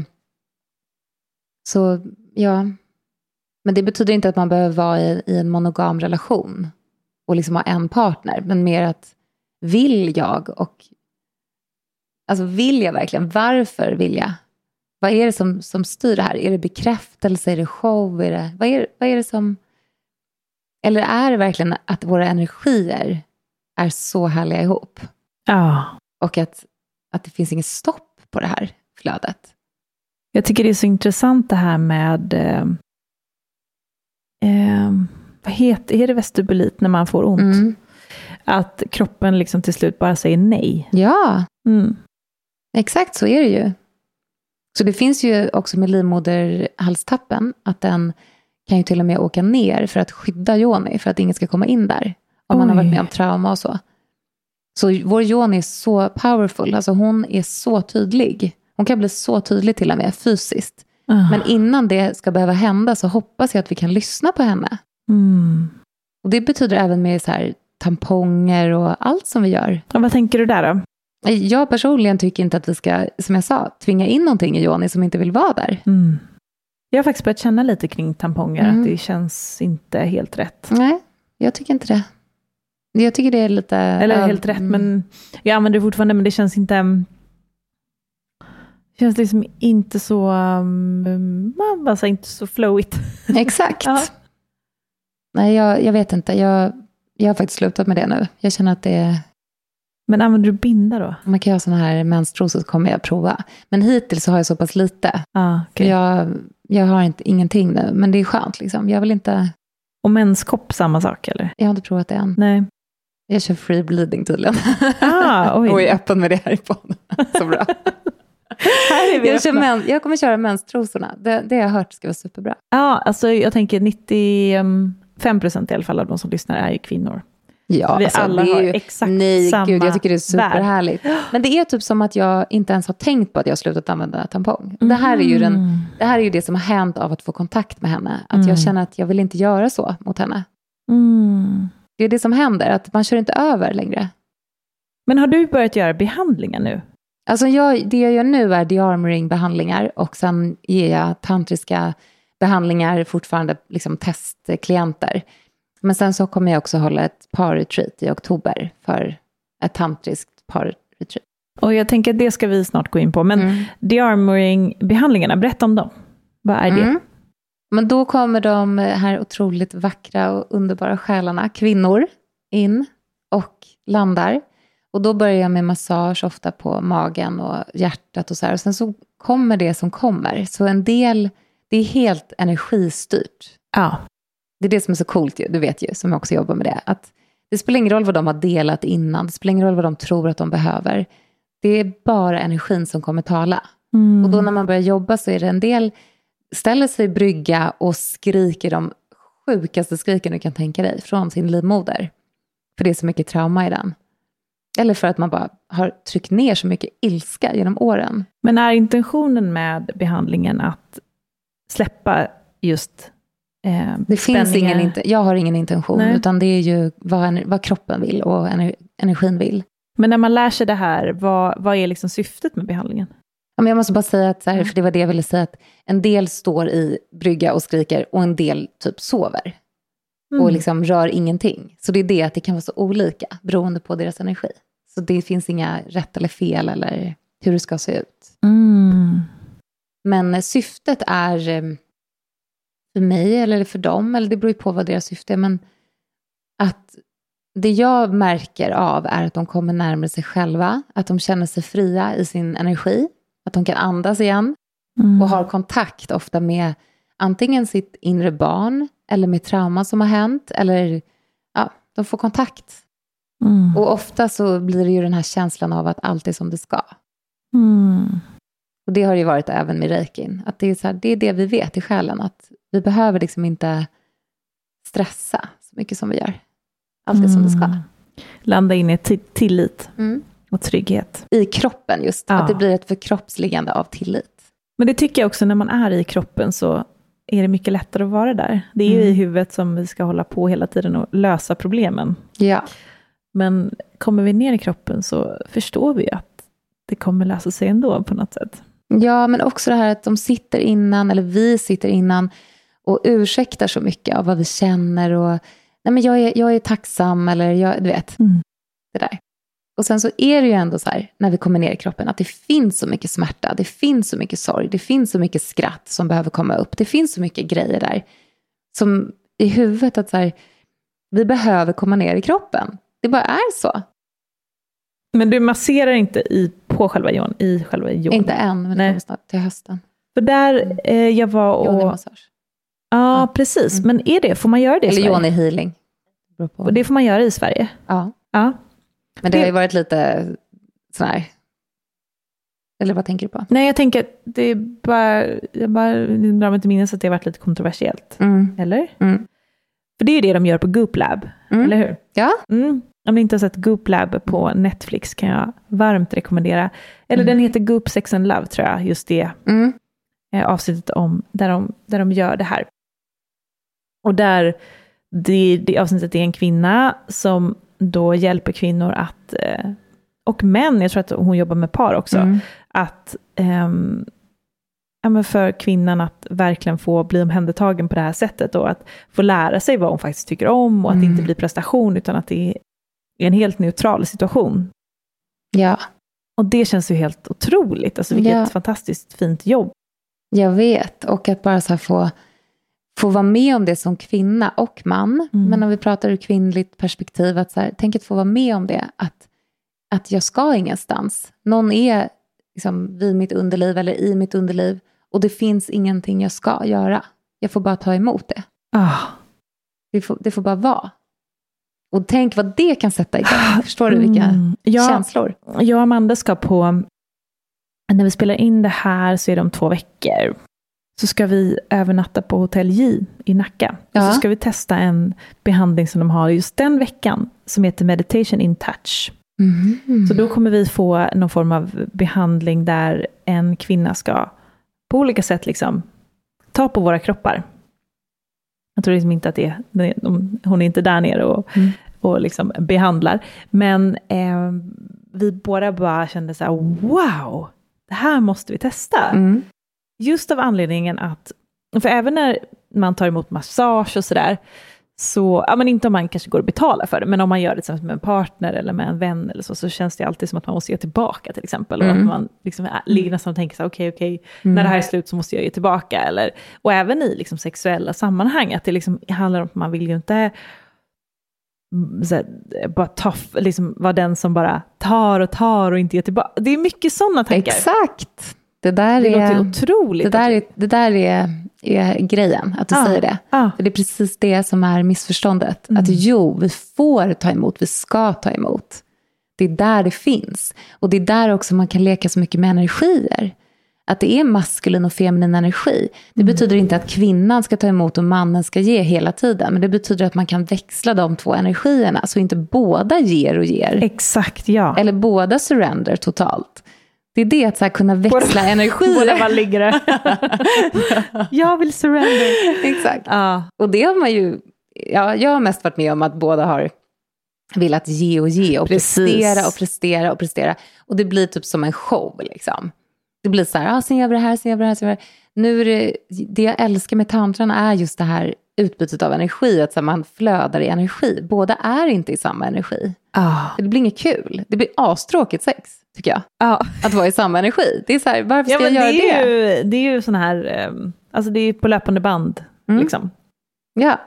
så ja. Men det betyder inte att man behöver vara i, i en monogam relation och liksom ha en partner. Men mer att vill jag och alltså vill jag verkligen? Varför vill jag? Vad är det som, som styr det här? Är det bekräftelse? Är det show? Är det, vad, är, vad är det som... Eller är det verkligen att våra energier är så härliga ihop? Ja. Och att, att det finns inget stopp på det här flödet. Jag tycker det är så intressant det här med eh, eh, vad heter, är det vestibulit när man får ont? Mm. Att kroppen liksom till slut bara säger nej. Ja, Mm. exakt så är det ju. Så det finns ju också med livmoderhalstappen att den kan ju till och med åka ner för att skydda yoni, för att ingen ska komma in där. Om man har Oj. varit med om trauma och så. Så vår yoni är så powerful. Alltså hon är så tydlig. Hon kan bli så tydlig till och med fysiskt. Ah. Men innan det ska behöva hända så hoppas jag att vi kan lyssna på henne. Mm. Och det betyder även med så här tamponger och allt som vi gör. Och vad tänker du där då? Jag personligen tycker inte att vi ska, som jag sa, tvinga in någonting i yoni som inte vill vara där. Mm. Jag har faktiskt börjat känna lite kring tamponger. Mm. Att det känns inte helt rätt. Nej, jag tycker inte det. Jag tycker det är lite... Eller ja, helt rätt, mm. men jag använder det fortfarande, men det känns inte... Det känns liksom inte så... Um, man bara säger inte så flowigt. Exakt. Ja. Nej, jag, jag vet inte. Jag, jag har faktiskt slutat med det nu. Jag känner att det... Men använder du binda då? Om man kan göra såna här menstrosor så kommer jag prova. Men hittills så har jag så pass lite. Ah, För okay. jag, jag har inte, ingenting nu. Men det är skönt liksom. Jag vill inte... Och menskopp samma sak, eller? Jag har inte provat det än. Nej. Jag kör free bleeding tydligen. Ah, oj. Och är öppen med det här i podden. Så bra. Här är vi jag, kör öppna. men, jag kommer köra menstrosorna. Det, det har jag hört ska vara superbra. Ja, alltså jag tänker nittiofem procent i alla fall av de som lyssnar är ju kvinnor. Ja, Vi alltså, alla det är har ju, exakt nej, samma gud, jag tycker det är värld. superhärligt. Men det är typ som att jag inte ens har tänkt på att jag har slutat använda tampong. Det här är ju den, Mm. det här är ju det som har hänt av att få kontakt med henne. Att Mm. jag känner att jag vill inte göra så mot henne. Mm. Det är det som händer, att man kör inte över längre. Men har du börjat göra behandlingar nu? Alltså jag, det jag gör nu är dearmoring-behandlingar och sen ger jag tantriska behandlingar, fortfarande liksom testklienter. Men sen så kommer jag också hålla ett par-retreat i oktober för ett tantriskt par-retreat. Och jag tänker att det ska vi snart gå in på. Men Mm. dearmoring-behandlingarna, berätta om dem. Vad är det? Mm. Men då kommer de här otroligt vackra och underbara själarna, kvinnor, in och landar. Och då börjar jag med massage ofta på magen och hjärtat och så här. Och sen så kommer det som kommer. Så en del, det är helt energistyrt. Ja. Det är det som är så coolt ju, du vet ju, som jag också jobbar med det. Att det spelar ingen roll vad de har delat innan. Det spelar ingen roll vad de tror att de behöver. Det är bara energin som kommer tala. Mm. Och då när man börjar jobba så är det en del ställer sig i brygga och skriker de sjukaste skriken du kan tänka dig från sin livmoder. För det är så mycket trauma i den. Eller för att man bara har tryckt ner så mycket ilska genom åren. Men är intentionen med behandlingen att släppa just eh, Det finns spänningar? ingen, jag har ingen intention. Nej. Utan det är ju vad, vad kroppen vill och ener, energin vill. Men när man lär sig det här, vad, vad är liksom syftet med behandlingen? Ja, men jag måste bara säga att, så här, för det var det jag ville säga, att en del står i brygga och skriker och en del typ sover. Mm. Och liksom rör ingenting. Så det är det att det kan vara så olika beroende på deras energi. Så det finns inga rätt eller fel eller hur det ska se ut. Mm. Men syftet är för mig eller för dem, eller det beror ju på vad deras syfte är, men att det jag märker av är att de kommer närmare sig själva, att de känner sig fria i sin energi, att de kan andas igen mm. och har kontakt ofta med antingen sitt inre barn eller med trauma som har hänt, eller ja, de får kontakt. Mm. Och ofta så blir det ju den här känslan av att allt är som det ska. Mm. Och det har ju varit även med reikin. Att det är, så här, det är det vi vet i själen. Att vi behöver liksom inte stressa så mycket som vi gör. Allt är mm. som det ska. Landa in i t- tillit mm. och trygghet. I kroppen just. Ja. Att det blir ett förkroppsligande av tillit. Men det tycker jag också, när man är i kroppen så är det mycket lättare att vara där. Det är mm. ju i huvudet som vi ska hålla på hela tiden och lösa problemen. Ja. Men kommer vi ner i kroppen så förstår vi att det kommer lösa sig ändå på något sätt. Ja, men också det här att de sitter innan, eller vi sitter innan och ursäktar så mycket av vad vi känner och nej men jag är, jag är tacksam eller jag, du vet, mm. det där. Och sen så är det ju ändå så här, när vi kommer ner i kroppen, att det finns så mycket smärta, det finns så mycket sorg, det finns så mycket skratt som behöver komma upp, det finns så mycket grejer där som i huvudet att så här, vi behöver komma ner i kroppen. Det bara är så. Men du masserar inte i, på själva jon, i själva jon? Inte än, men det kommer snart till hösten. För där eh, jag var och... Yoni-massage. Ja, mm. precis. Mm. Men är det, får man göra det i Eller Sverige? Eller yoni-healing. Och det får man göra i Sverige? Ja. Ja. Men det, det har ju varit lite sån här... Eller vad tänker du på? Nej, jag tänker att det är bara... Jag bara drar mig till minnes att det har varit lite kontroversiellt. Mm. Eller? Mm. För det är ju det de gör på Goop Lab. Mm. Eller hur? Ja. Mm. Om ni inte har sett Goop Lab på Netflix kan jag varmt rekommendera. Eller mm. den heter Goop Sex and Love, tror jag. Just det mm. eh, avsnittet om där de, där de gör det här. Och där det, det avsnittet är en kvinna som då hjälper kvinnor att, eh, och män, jag tror att hon jobbar med par också, mm. att eh, ja, men för kvinnan att verkligen få bli omhändertagen på det här sättet och att få lära sig vad hon faktiskt tycker om och att mm. det inte blir prestation utan att det är en helt neutral situation. Ja. Och det känns ju helt otroligt. Alltså vilket ja. fantastiskt fint jobb. Jag vet. Och att bara så här få, få vara med om det som kvinna och man. Mm. Men om vi pratar ur kvinnligt perspektiv. Att så här, tänk att få vara med om det. Att, att jag ska ingenstans. Någon är liksom vid mitt underliv eller i mitt underliv. Och det finns ingenting jag ska göra. Jag får bara ta emot det. Ah. Det, får, det får bara vara. Och tänk vad det kan sätta igång. Förstår du vilka mm. ja, känslor? Jag och Amanda ska på... När vi spelar in det här så är det om två veckor. Så ska vi övernatta på Hotell J i Nacka. Ja. Och så ska vi testa en behandling som de har just den veckan. Som heter Meditation in Touch. Mm. Så då kommer vi få någon form av behandling där en kvinna ska på olika sätt liksom ta på våra kroppar. Jag tror liksom inte att det är, hon är inte där nere och, mm. och liksom behandlar. Men eh, vi båda bara kände så här: wow, det här måste vi testa. Mm. Just av anledningen att, för även när man tar emot massage och sådär, så, ja men inte om man kanske går och betalar för det, men om man gör det tillsammans med en partner eller med en vän eller så, så känns det alltid som att man måste ge tillbaka till exempel. Mm. Och att man liksom är, ligger nästan och tänker så här, okej, okay, okej, okay, mm. när det här är slut så måste jag ge tillbaka. Eller, och även i liksom sexuella sammanhang, att det liksom handlar om att man vill ju inte så här, bara ta, liksom, vara den som bara tar och tar och inte ger tillbaka. Det är mycket sådana tankar. Exakt. Det där det är låter otroligt. Det där är, det där är, är grejen, att du ah, säger det. Ah. För det är precis det som är missförståndet. Mm. Att jo, vi får ta emot, vi ska ta emot. Det är där det finns. Och det är där också man kan leka så mycket med energier. Att det är maskulin och feminin energi. Det mm. betyder inte att kvinnan ska ta emot och mannen ska ge hela tiden. Men det betyder att man kan växla de två energierna. Så inte båda ger och ger. Exakt, ja. Eller båda surrender totalt. Det är det att så här kunna växla båda, energier. Båda bara ligger där. Jag vill surrender. Exakt. Ja. Och det har man ju... Ja, jag har mest varit med om att båda har vill att ge och ge och Precis. prestera och prestera och prestera. Och det blir typ som en show liksom. Det blir så här, ah, sen gör vi det här, sen gör vi det här, sen gör vi det här. Nu är det, det jag älskar med tantran är just det här utbytet av energi, att så här, man flödar i energi. Båda är inte i samma energi. Ah. Det blir inget kul. Det blir astråkigt sex, tycker jag. Ah. Att vara i samma energi. Det är så här, varför ska Ja, men jag göra det? Är det? ju, det är ju sån här, um, alltså det är på löpande band. Mm. Liksom. Ja.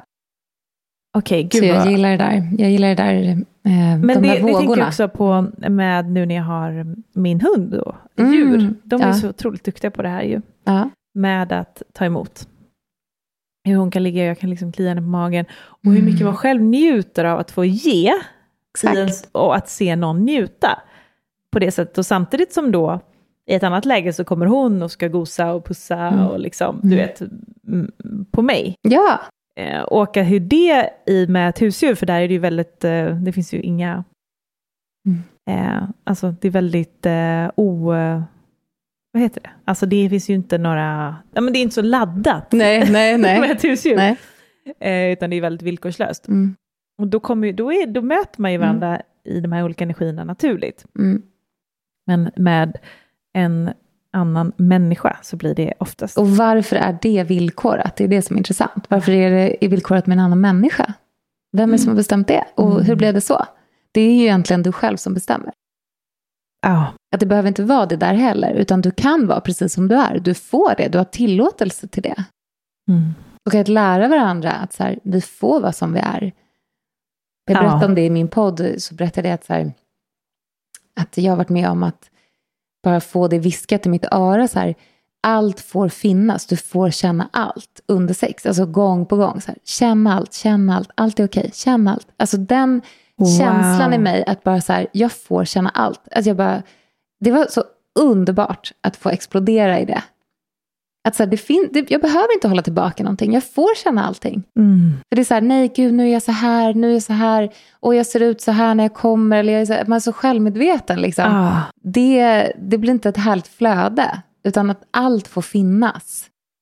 Okej, gud Så jag vad... gillar det där. Jag gillar det där, eh, Men de det, där det tänker vågorna. jag också på med nu när jag har min hund och Mm, djur. De är ja. så otroligt duktiga på det här ju. Ja. Med att ta emot. Hur hon kan ligga, jag kan liksom klia henne på magen. Och hur Mm. mycket man själv njuter av att få ge. Exakt. I en, och att se någon njuta. På det sättet. Och samtidigt som då i ett annat läge så kommer hon och ska gosa och pussa Mm. och liksom, du vet, mm, på mig. Ja. Eh, åka hur det i med ett husdjur, för där är det ju väldigt, eh, det finns ju inga, Mm. eh, alltså det är väldigt eh, o, eh, vad heter det? Alltså det finns ju inte några, ja men det är inte så laddat Nej, nej, nej. med ett husdjur, nej. eh, utan det är väldigt villkorslöst. Mm. Och då, kommer, ju- då, är, då möter man ju varandra mm. i de här olika energierna naturligt. Mm. Men med en annan människa så blir det oftast... Och varför är det villkorat? Det är det som är intressant. Varför är det är villkorat med en annan människa? Vem är det som har bestämt det? Och Mm. hur blev det så? Det är ju egentligen du själv som bestämmer. Ja. Att det behöver inte vara det där heller. Utan du kan vara precis som du är. Du får det. Du har tillåtelse till det. Mm. Och att lära varandra att så här, vi får vara som vi är. Jag berättade Ja. om det i min podd. Så berättade jag att, så här, att jag har varit med om att bara få det viskat i mitt öra. Så här, allt får finnas. Du får känna allt under sex. Alltså gång på gång. Så här, känn allt, känn allt. Allt är okej. Känn allt. Alltså den Wow. känslan i mig att bara så här, jag får känna allt. Alltså jag bara, det var så underbart att få explodera i det. Att så här, det fin- det, jag behöver inte hålla tillbaka någonting. Jag får känna allting. Mm. För det är så här, nej gud, nu är jag så här, nu är jag så här. Och jag ser ut så här när jag kommer. Eller jag är så här, man är så självmedveten liksom. Ah. Det, det blir inte ett härligt flöde. Utan att allt får finnas.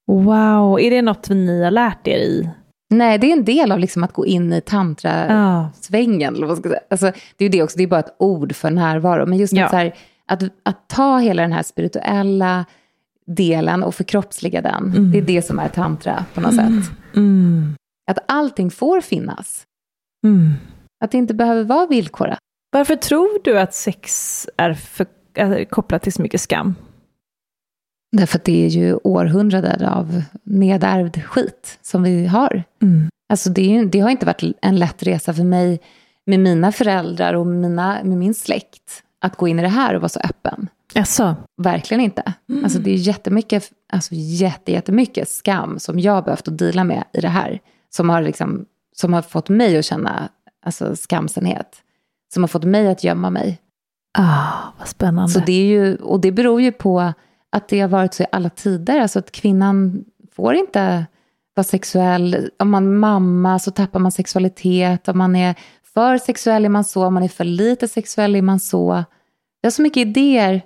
Wow, är det något ni har lärt er i? Nej, det är en del av liksom att gå in i tantra-svängen. Ah. Eller vad ska jag säga. Alltså, det är ju det också, det är bara ett ord för närvaro. Men just Ja. att, så här, att, att ta hela den här spirituella delen och förkroppsliga den. Mm. Det är det som är tantra på något Mm. sätt. Mm. Att allting får finnas. Mm. Att det inte behöver vara villkorat. Varför tror du att sex är, för, är kopplat till så mycket skam? Därför att det är ju århundraden av nedärvd skit som vi har. Mm. Alltså det, är ju, det har inte varit en lätt resa för mig med mina föräldrar och mina, med min släkt att gå in i det här och vara så öppen. Jaså? Verkligen inte. Mm. Alltså det är jättemycket, alltså jätte, jättemycket skam som jag har behövt att dela med i det här. Som har, liksom, som har fått mig att känna alltså, skamsenhet. Som har fått mig att gömma mig. Ah, vad spännande. Så det är ju, och det beror ju på att det har varit så i alla tider. Alltså att kvinnan får inte vara sexuell. Om man är mamma så tappar man sexualitet. Om man är för sexuell är man så. Om man är för lite sexuell är man så. Det är så mycket idéer.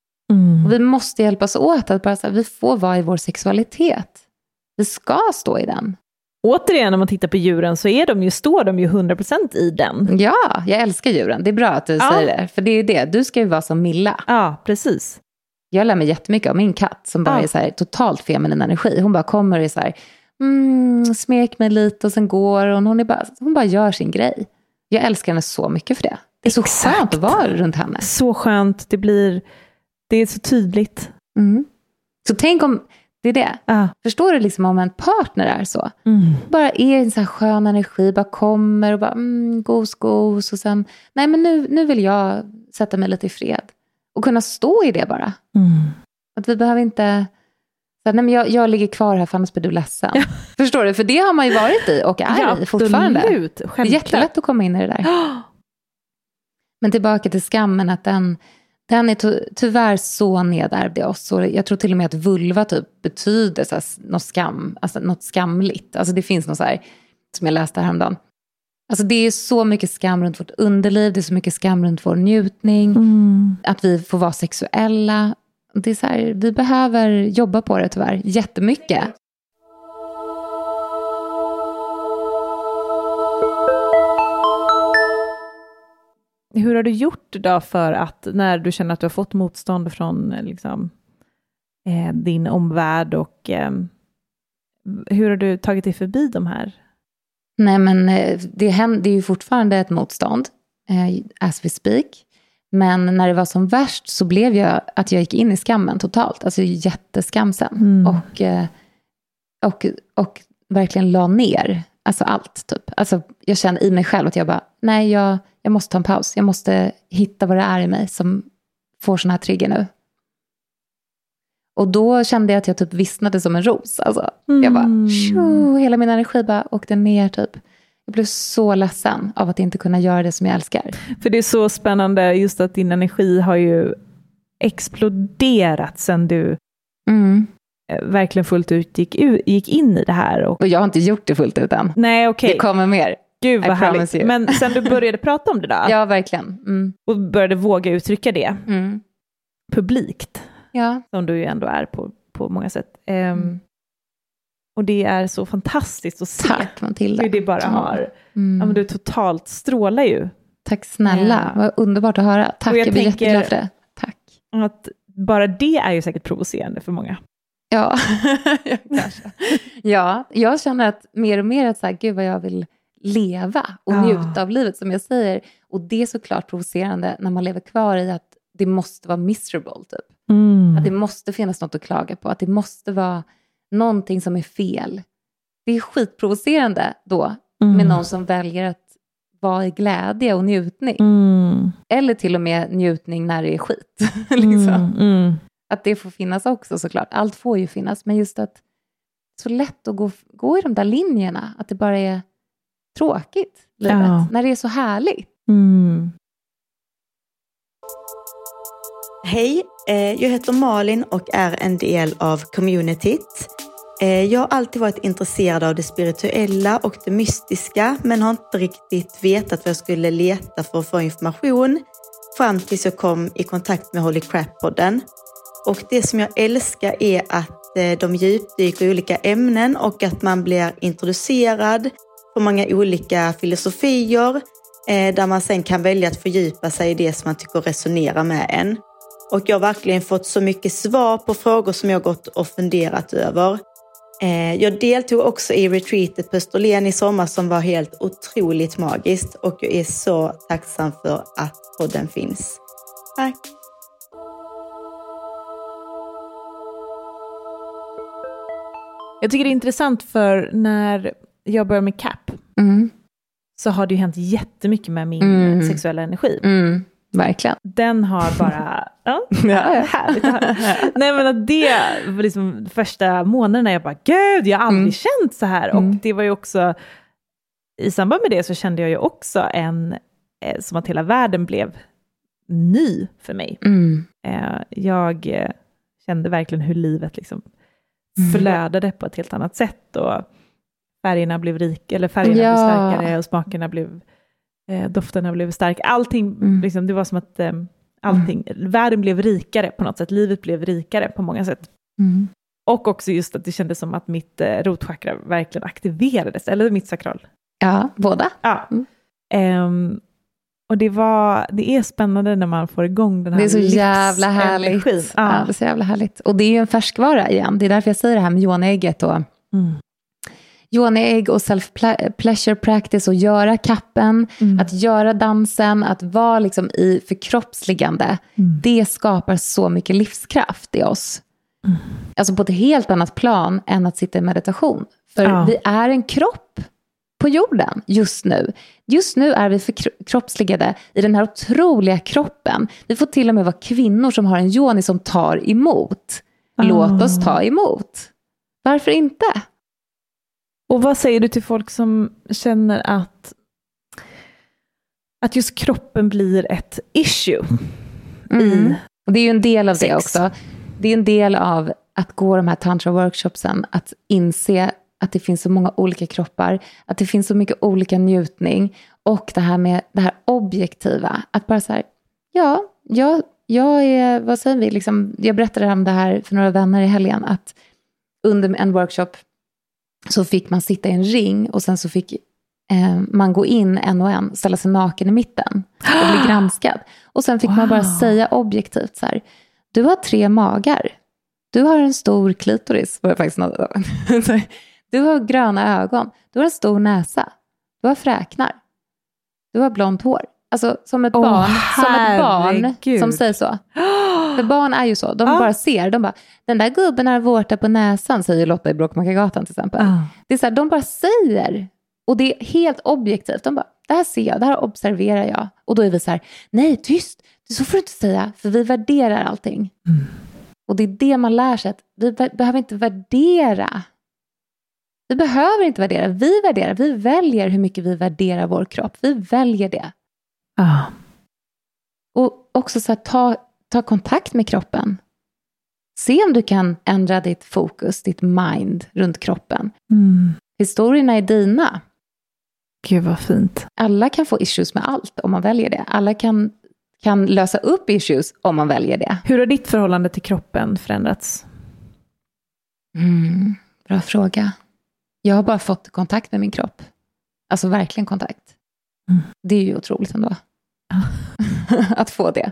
Mm. Och vi måste hjälpas åt att bara så här, vi får vara i vår sexualitet. Vi ska stå i den. Återigen, om man tittar på djuren så är de ju, står de ju hundra procent i den. Ja, jag älskar djuren. Det är bra att du Ja. säger det. För det är ju det. Du ska ju vara som Milla. Ja, precis. Jag lär mig jättemycket av min katt som bara Ja. är så här, totalt feminin energi. Hon bara kommer och är så här, mm, smek mig lite och sen går hon. Hon, är bara, hon bara gör sin grej. Jag älskar henne så mycket för det. Det är så Exakt. skönt att vara runt henne. Så skönt, det blir, det är så tydligt. Mm. Så tänk om, det är det. Ja. Förstår du liksom om en partner är så? Mm. Bara är en så här skön energi, bara kommer och bara mm, gos, gos. Och sen, nej men nu, nu vill jag sätta mig lite i fred. Och kunna stå i det bara. Mm. Att vi behöver inte... Så, nej men jag, jag ligger kvar här för annars blir du ledsen. Ja. Förstår du? För det har man ju varit i och är Ja, i fortfarande. absolut. Det är Självklart. jättelätt att komma in i det där. Men tillbaka till skammen, att den, den är ty- tyvärr så nedärvd i oss. Och jag tror till och med att vulva typ betyder så här, något, skam, alltså något skamligt. Alltså det finns något så här, som jag läste häromdagen. Alltså det är så mycket skam runt vårt underliv. Det är så mycket skam runt vår njutning. Mm. Att vi får vara sexuella. Det är så här, vi behöver jobba på det tyvärr. Jättemycket. hur har du gjort då för att när du känner att du har fått motstånd från liksom, eh, din omvärld och eh, hur har du tagit dig förbi de här? Nej, men det, händer, det är ju fortfarande ett motstånd eh, as we speak. Men när det var som värst så blev jag att jag gick in i skammen totalt. Alltså jätteskamsen. Mm. Och, eh, och, och verkligen la ner alltså allt typ. Alltså jag kände i mig själv att jag bara, nej jag, jag måste ta en paus. Jag måste hitta vad det är i mig som får såna här trigger nu. Och då kände jag att jag typ vissnade som en ros. Alltså, mm. Jag bara, tjo, hela min energi bara åkte ner typ. Jag blev så ledsen av att inte kunna göra det som jag älskar. För det är så spännande just att din energi har ju exploderat sen du mm. verkligen fullt ut gick, gick in i det här. Och, och jag har inte gjort det fullt ut än. Nej, okej. Okay. Det kommer mer. Gud vad härligt. Men sen du började prata om det då? Ja, verkligen. Mm. Och började våga uttrycka det. Mm. Publikt. Ja. Som du ju ändå är på, på många sätt. Um, mm. Och det är så fantastiskt att se. Tack, Matilda. Hur det bara har. Mm. Ja, men du totalt strålar ju. Tack snälla. Ja. Vad underbart att höra. Tack, jag, jag blir jätteglad för det. Tack. Att bara det är ju säkert provocerande för många. Ja, kanske. Ja, jag känner att mer och mer att så här, gud vad jag vill leva och ja. njuta av livet som jag säger. Och det är såklart provocerande när man lever kvar i att det måste vara miserable typ. Mm. Att det måste finnas något att klaga på. Att det måste vara någonting som är fel. Det är skitprovocerande då. Mm. Med någon som väljer att vara i glädje och njutning. Mm. Eller till och med njutning när det är skit. liksom. mm. Mm. Att det får finnas också såklart. Allt får ju finnas. Men just att så lätt att gå, gå i de där linjerna. Att det bara är tråkigt. Livet, ja. När det är så härligt. Mm. Hej, jag heter Malin och är en del av communityt. Jag har alltid varit intresserad av det spirituella och det mystiska, men har inte riktigt vetat vad jag skulle leta för att få information fram tills jag kom i kontakt med Holy Crap-podden. Och det som jag älskar är att de djupdyker i olika ämnen och att man blir introducerad på många olika filosofier där man sen kan välja att fördjupa sig i det som man tycker resonerar med en. Och jag har verkligen fått så mycket svar på frågor som jag gått och funderat över. Jag deltog också i retreatet på Österlen i sommar som var helt otroligt magiskt. Och jag är så tacksam för att podden finns. Tack! Jag tycker det är intressant för när jag började med C A P mm. så har det ju hänt jättemycket med min mm. sexuella energi. Mm. Verkligen. Den har bara... ja, ja, härligt. Nej, men att det var liksom första månaderna jag bara, gud, jag har aldrig mm. känt så här. Och mm. det var ju också... I samband med det så kände jag ju också en... Eh, som att hela världen blev ny för mig. Mm. Eh, jag eh, kände verkligen hur livet liksom mm. flödade på ett helt annat sätt. Och färgerna blev rika, eller färgerna ja. blev starkare och smakerna blev... Eh, dofterna blev stark. Allting, mm. liksom, det var som att eh, allting, mm. världen blev rikare på något sätt. Livet blev rikare på många sätt. Mm. Och också just att det kändes som att mitt eh, rotchakra verkligen aktiverades. Eller mitt sakral. Ja, båda. Ja. Mm. Um, och det var, det är spännande när man får igång den här. Det är så jävla härligt. Ja. Ja, det är så jävla härligt. Och det är ju en färskvara igen. Det är därför jag säger det här med yoniägget och mm. yoniägg och self-pleasure practice och göra kappen, mm. att göra dansen, att vara liksom i förkroppsligande. Mm. Det skapar så mycket livskraft i oss. Mm. Alltså på ett helt annat plan än att sitta i meditation. För ja. vi är en kropp på jorden just nu. Just nu är vi förkroppsligade i den här otroliga kroppen. Vi får till och med vara kvinnor som har en yoni som tar emot. Låt oh. oss ta emot. Varför inte? Och vad säger du till folk som känner att att just kroppen blir ett issue? Mm. I och det är ju en del av sex. Det också. Det är en del av att gå de här tantra-workshopsen. Att inse att det finns så många olika kroppar. Att det finns så mycket olika njutning. Och det här med det här objektiva. Att bara så här, ja, jag, jag är, vad säger vi? Liksom, jag berättade om det här för några vänner i helgen. Att under en workshop så fick man sitta i en ring och sen så fick eh, man går in en och en, ställer sig naken i mitten och blir granskad. Och sen fick wow. man bara säga objektivt så här, du har tre magar. Du har en stor klitoris. Var det faktiskt något. Du har gröna ögon. Du har en stor näsa. Du har fräknar. Du har blont hår. Alltså som ett oh, barn. Som ett barn Gud. som säger så. För barn är ju så. De ah. bara ser. De bara, den där gubben har vårta på näsan, säger Lotta i Bråkmakargatan till exempel. Ah. Det är så här, de bara säger. Och det är helt objektivt. De bara, det här ser jag, det här observerar jag. Och då är vi så här, nej tyst. Så får du inte säga. För vi värderar allting. Mm. Och det är det man lär sig. Att vi be- behöver inte värdera. Vi behöver inte värdera. Vi värderar. Vi väljer hur mycket vi värderar vår kropp. Vi väljer det. Ah. Och också så här, ta, ta kontakt med kroppen. Se om du kan ändra ditt fokus, ditt mind runt kroppen. Mm. Historierna är dina. Gud vad fint. Alla kan få issues med allt om man väljer det. Alla kan, kan lösa upp issues om man väljer det. Hur har ditt förhållande till kroppen förändrats? Mm, bra fråga. Jag har bara fått kontakt med min kropp. Alltså verkligen kontakt. Mm. Det är ju otroligt ändå. Att få det.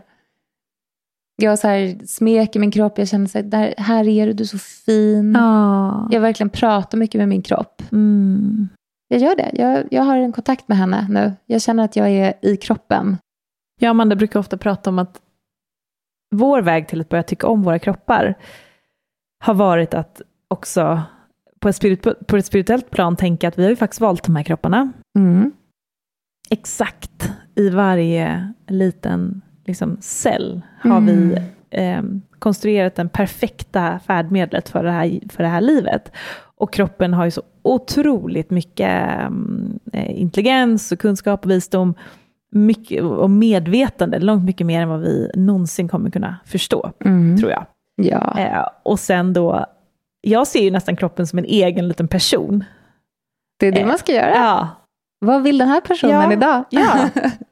Jag så här smeker min kropp. Jag känner så här, där, här är du, du är så fin. Oh. Jag verkligen pratar mycket med min kropp. Mm. Jag gör det. Jag, jag har en kontakt med henne nu. Jag känner att jag är i kroppen. Jag och Amanda brukar ofta prata om att vår väg till att börja tycka om våra kroppar har varit att också på ett, spirit, på ett spirituellt plan tänka att vi har ju faktiskt valt de här kropparna. Mm. Exakt i varje liten liksom, cell har mm. vi eh, konstruerat den perfekta färdmedlet för det, här, för det här livet. Och kroppen har ju så otroligt mycket eh, intelligens och kunskap och visdom mycket, och medvetande, långt mycket mer än vad vi någonsin kommer kunna förstå, mm. tror jag. Ja. Eh, och sen då, jag ser ju nästan kroppen som en egen liten person. Det är det eh, man ska göra. Ja. Vad vill den här personen ja, idag? Ja.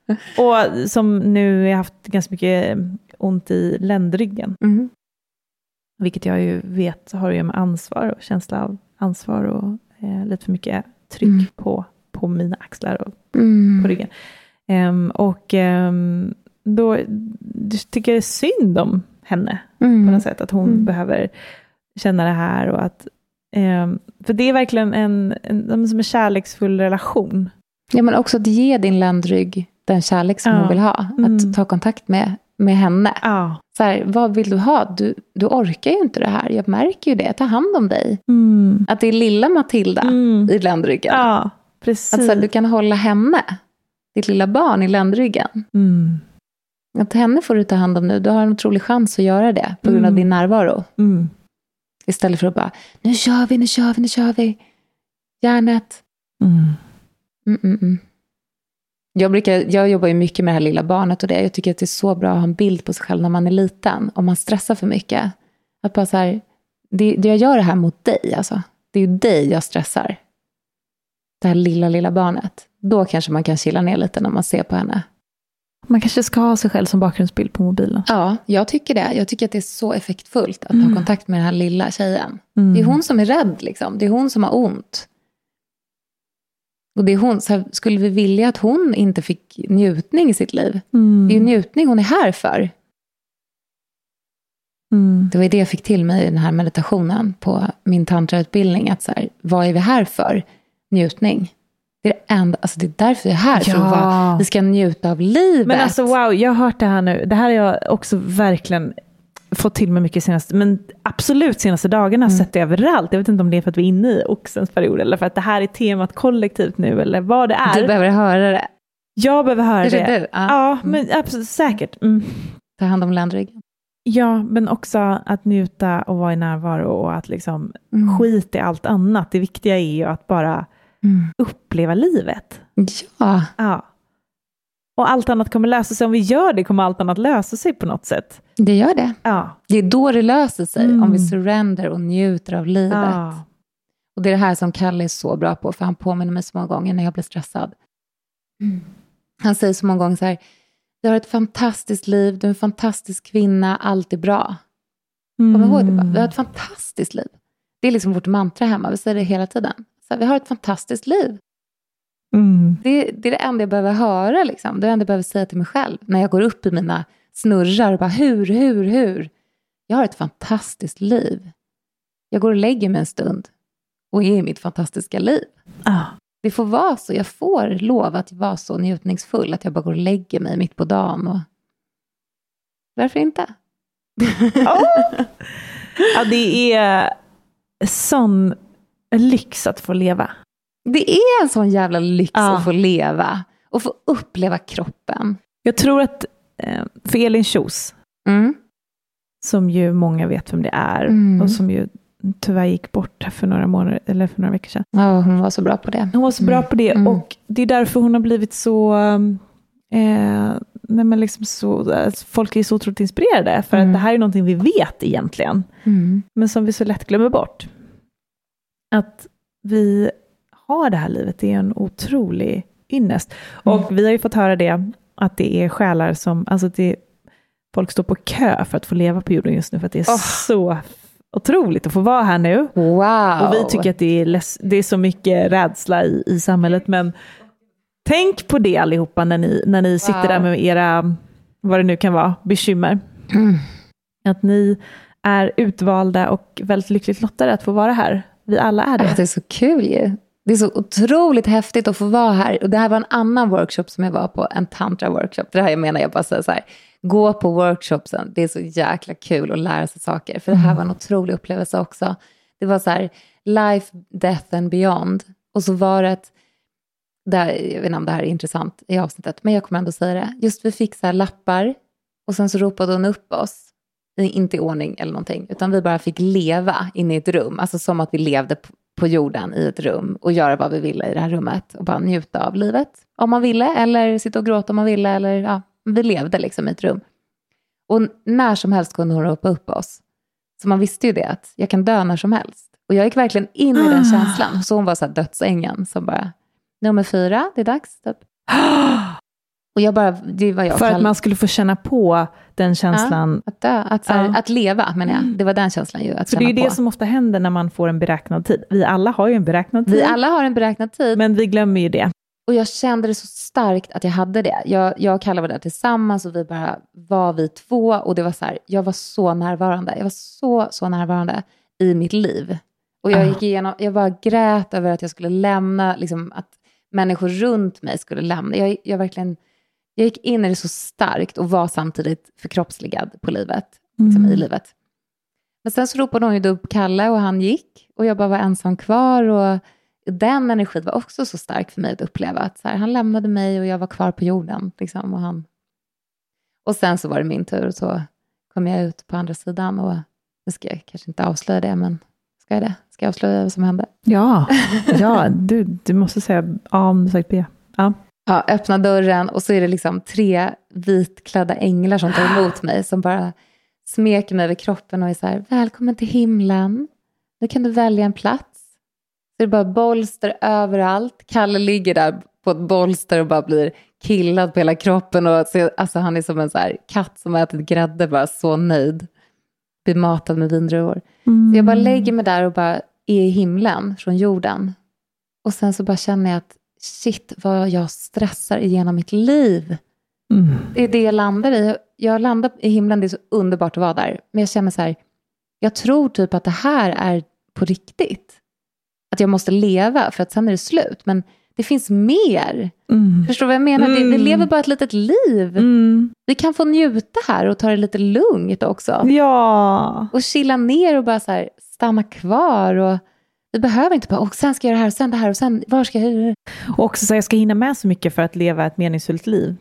Och som nu har jag haft ganska mycket ont i ländryggen. Mm. Vilket jag ju vet har att göra med ansvar och känsla av ansvar och eh, lite för mycket tryck mm. på, på mina axlar och mm. på ryggen. Um, och um, då tycker jag det är synd om henne mm. på något sätt. Att hon mm. behöver känna det här. Och att, um, för det är verkligen en, en, som en kärleksfull relation. Ja, men också att ge din ländrygg den kärlek som ja. hon vill ha. Mm. Att ta kontakt med, med henne. Ja. Så här, vad vill du ha? Du, du orkar ju inte det här. Jag märker ju det. Ta hand om dig. Mm. Att det är lilla Matilda mm. i ländryggen. Ja, precis. Att så här, du kan hålla henne. Ditt lilla barn i ländryggen. Mm. Att henne får du ta hand om nu. Du har en otrolig chans att göra det. På grund mm. av din närvaro. Mm. Istället för att bara, nu kör vi, nu kör vi, nu kör vi. Hjärnet. Mm. Mm, mm, mm. Jag, brukar, jag jobbar ju mycket med det här lilla barnet och det. Jag tycker att det är så bra att ha en bild på sig själv när man är liten. Om man stressar för mycket. Att bara så här, det, det jag gör det här mot dig. Alltså. Det är ju dig jag stressar. Det här lilla, lilla barnet. Då kanske man kan chilla ner lite när man ser på henne. Man kanske ska ha sig själv som bakgrundsbild på mobilen. Ja, jag tycker det. Jag tycker att det är så effektfullt att mm. ha kontakt med den här lilla tjejen. Mm. Det är hon som är rädd liksom. Det är hon som har ont. Och det är hon, så här, skulle vi vilja att hon inte fick njutning i sitt liv? Mm. Det är ju njutning hon är här för. Mm. Det var det jag fick till mig i den här meditationen på min tantrautbildning. Att så här, vad är vi här för? Njutning. Det är det enda, alltså det är därför jag är här. Ja. För att vara, vi ska njuta av livet. Men alltså wow, jag har hört det här nu. Det här har jag också verkligen fått till mig mycket senaste, men absolut senaste dagarna mm. sett det överallt. Jag vet inte om det är för att vi är inne i oxens period eller för att det här är temat kollektivt nu eller vad det är. Du behöver höra det. Jag behöver höra det. det. det. Ja, ja mm. men absolut, säkert. Mm. Ta hand om ländryggen. Ja, men också att njuta och vara i närvaro och att liksom mm. skita i allt annat. Det viktiga är ju att bara mm. uppleva livet. Ja. Ja. Och allt annat kommer lösa sig. Om vi gör det kommer allt annat lösa sig på något sätt. Det gör det. Ja. Det är då det löser sig. Mm. Om vi surrender och njuter av livet. Ja. Och det är det här som Kalle är så bra på. För han påminner mig så många gånger när jag blir stressad. Mm. Han säger så många gånger så här. Du har ett fantastiskt liv. Du är en fantastisk kvinna. Allt är bra. Mm. Kom ihåg det bara. Vi har ett fantastiskt liv. Det är liksom vårt mantra hemma. Vi säger det hela tiden. Så här, vi har ett fantastiskt liv. Mm. Det, det är det enda jag behöver höra. Liksom. Det är det enda jag behöver säga till mig själv. När jag går upp i mina snurrar och bara hur, hur, hur. Jag har ett fantastiskt liv. Jag går och lägger mig en stund. Och är i mitt fantastiska liv. Ah. Det får vara så. Jag får lov att vara så njutningsfull. Att jag bara går och lägger mig mitt på dagen. Och... Varför inte? Oh. Ja, det är sån lyx att få leva. Det är en sån jävla lyx Ja. att få leva. Och få uppleva kroppen. Jag tror att för Elin Kjos, Mm. som ju många vet vem det är. Mm. Och som ju tyvärr gick bort här för några månader eller för några veckor sedan. Ja, hon var så bra på det. Hon var så bra Mm. på det. Mm. Och det är därför hon har blivit så... Eh, nej men liksom så alltså folk är så otroligt inspirerade. För Mm. att det här är någonting vi vet egentligen. Mm. Men som vi så lätt glömmer bort. Att vi har det här livet. Det är en otrolig ynnest. Mm. Och vi har ju fått höra det. Att det är själar som... Alltså det, folk står på kö för att få leva på jorden just nu. För att det är Oh. så otroligt att få vara här nu. Wow. Och vi tycker att det är, less, det är så mycket rädsla i, i samhället. Men tänk på det allihopa när ni, när ni sitter Wow. där med era, vad det nu kan vara, bekymmer. Mm. Att ni är utvalda och väldigt lyckligt lottade att få vara här. Vi alla är det. Ah, det är så kul ju. Det är så otroligt häftigt att få vara här. Och det här var en annan workshop som jag var på. En tantra-workshop. Det här jag menar jag bara säger så här. Gå på workshopsen. Det är så jäkla kul att lära sig saker. För det här var en otrolig upplevelse också. Det var så här. Life, death and beyond. Och så var det ett, där, jag vet inte om det här är intressant i avsnittet. Men jag kommer ändå säga det. Just vi fick så här lappar. Och sen så ropade hon upp oss. Inte i ordning eller någonting. Utan vi bara fick leva inne i ett rum. Alltså som att vi levde på, på jorden i ett rum. Och göra vad vi ville i det här rummet. Och bara njuta av livet. Om man ville. Eller sitta och gråta om man ville. Eller ja, vi levde liksom i ett rum. Och när som helst kunde hon ropa upp oss. Så man visste ju det. Att jag kan dö när som helst. Och jag gick verkligen in i den känslan. Så hon var så här dödsängen. Som bara, nummer fyra, det är dags typ. Och jag bara, det var jag För kall- att man skulle få känna på den känslan. Ja, att dö, att, så här, Ja. att leva, men jag. Det var den känslan ju, att För det är känna ju det på. som ofta händer när man får en beräknad tid. Vi alla har ju en beräknad tid. Vi alla har en beräknad tid. Men vi glömmer ju det. Och jag kände det så starkt att jag hade det. Jag, jag och Kalle var där tillsammans och vi bara var vi två. Och det var så här, jag var så närvarande. Jag var så, så närvarande i mitt liv. Och jag gick igenom, jag bara grät över att jag skulle lämna, liksom att människor runt mig skulle lämna. Jag, jag verkligen, jag gick in i det så starkt och var samtidigt förkroppsligad på livet. Liksom i livet. Men sen så ropade hon ju upp Kalle och han gick. Och jag bara var ensam kvar och den energin var också så stark för mig att uppleva. Att så här, han lämnade mig och jag var kvar på jorden. Liksom, och, han... och sen så var det min tur och så kom jag ut på andra sidan. Och nu ska jag kanske inte avslöja det, men ska jag det? Ska jag avslöja vad som hände? Ja, ja du, du måste säga A om du sagt B. Ja. Ja, öppna dörren och så är det liksom tre vitklädda änglar som tar emot mig. Som bara smeker mig över kroppen och är så här, välkommen till himlen. Nu kan du välja en plats. Så det är bara bolster överallt. Kalle ligger där på ett bolster och bara blir killad på hela kroppen. Och så, alltså han är som en så här katt som har ätit grädde, bara så nöjd. Blir matad med vindruvor. Mm. Så jag bara lägger mig där och bara är i himlen från jorden. Och sen så bara känner jag att shit vad jag stressar igenom mitt liv. Mm. Det är det jag landar i. Jag landar i himlen, det är så underbart att vara där. Men jag känner så här, jag tror typ att det här är på riktigt. Att jag måste leva för att sen är det slut. Men det finns mer. Mm. Förstår du vad jag menar? Mm. Det, vi lever bara ett litet liv. Mm. Vi kan få njuta här och ta det lite lugnt också. Ja. Och chilla ner och bara så här, stanna kvar. Och vi behöver inte bara, och sen ska jag göra det här och sen det här och sen, var ska jag... Och också så jag ska hinna med så mycket för att leva ett meningsfullt liv.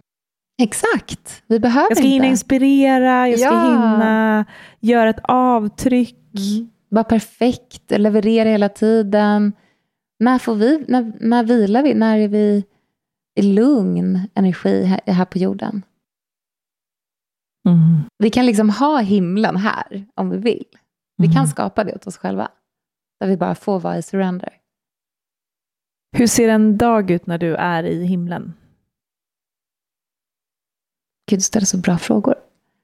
Exakt, vi behöver Jag ska inte. hinna inspirera, jag ska Ja. hinna göra ett avtryck. Mm. Bara perfekt, leverera hela tiden. När får vi, när, när vilar vi? När är vi i lugn energi här, här på jorden? Mm. Vi kan liksom ha himlen här om vi vill. Vi Mm. kan skapa det åt oss själva. Där vi bara får vara i surrender. Hur ser en dag ut när du är i himlen? Gud, du ställer så bra frågor.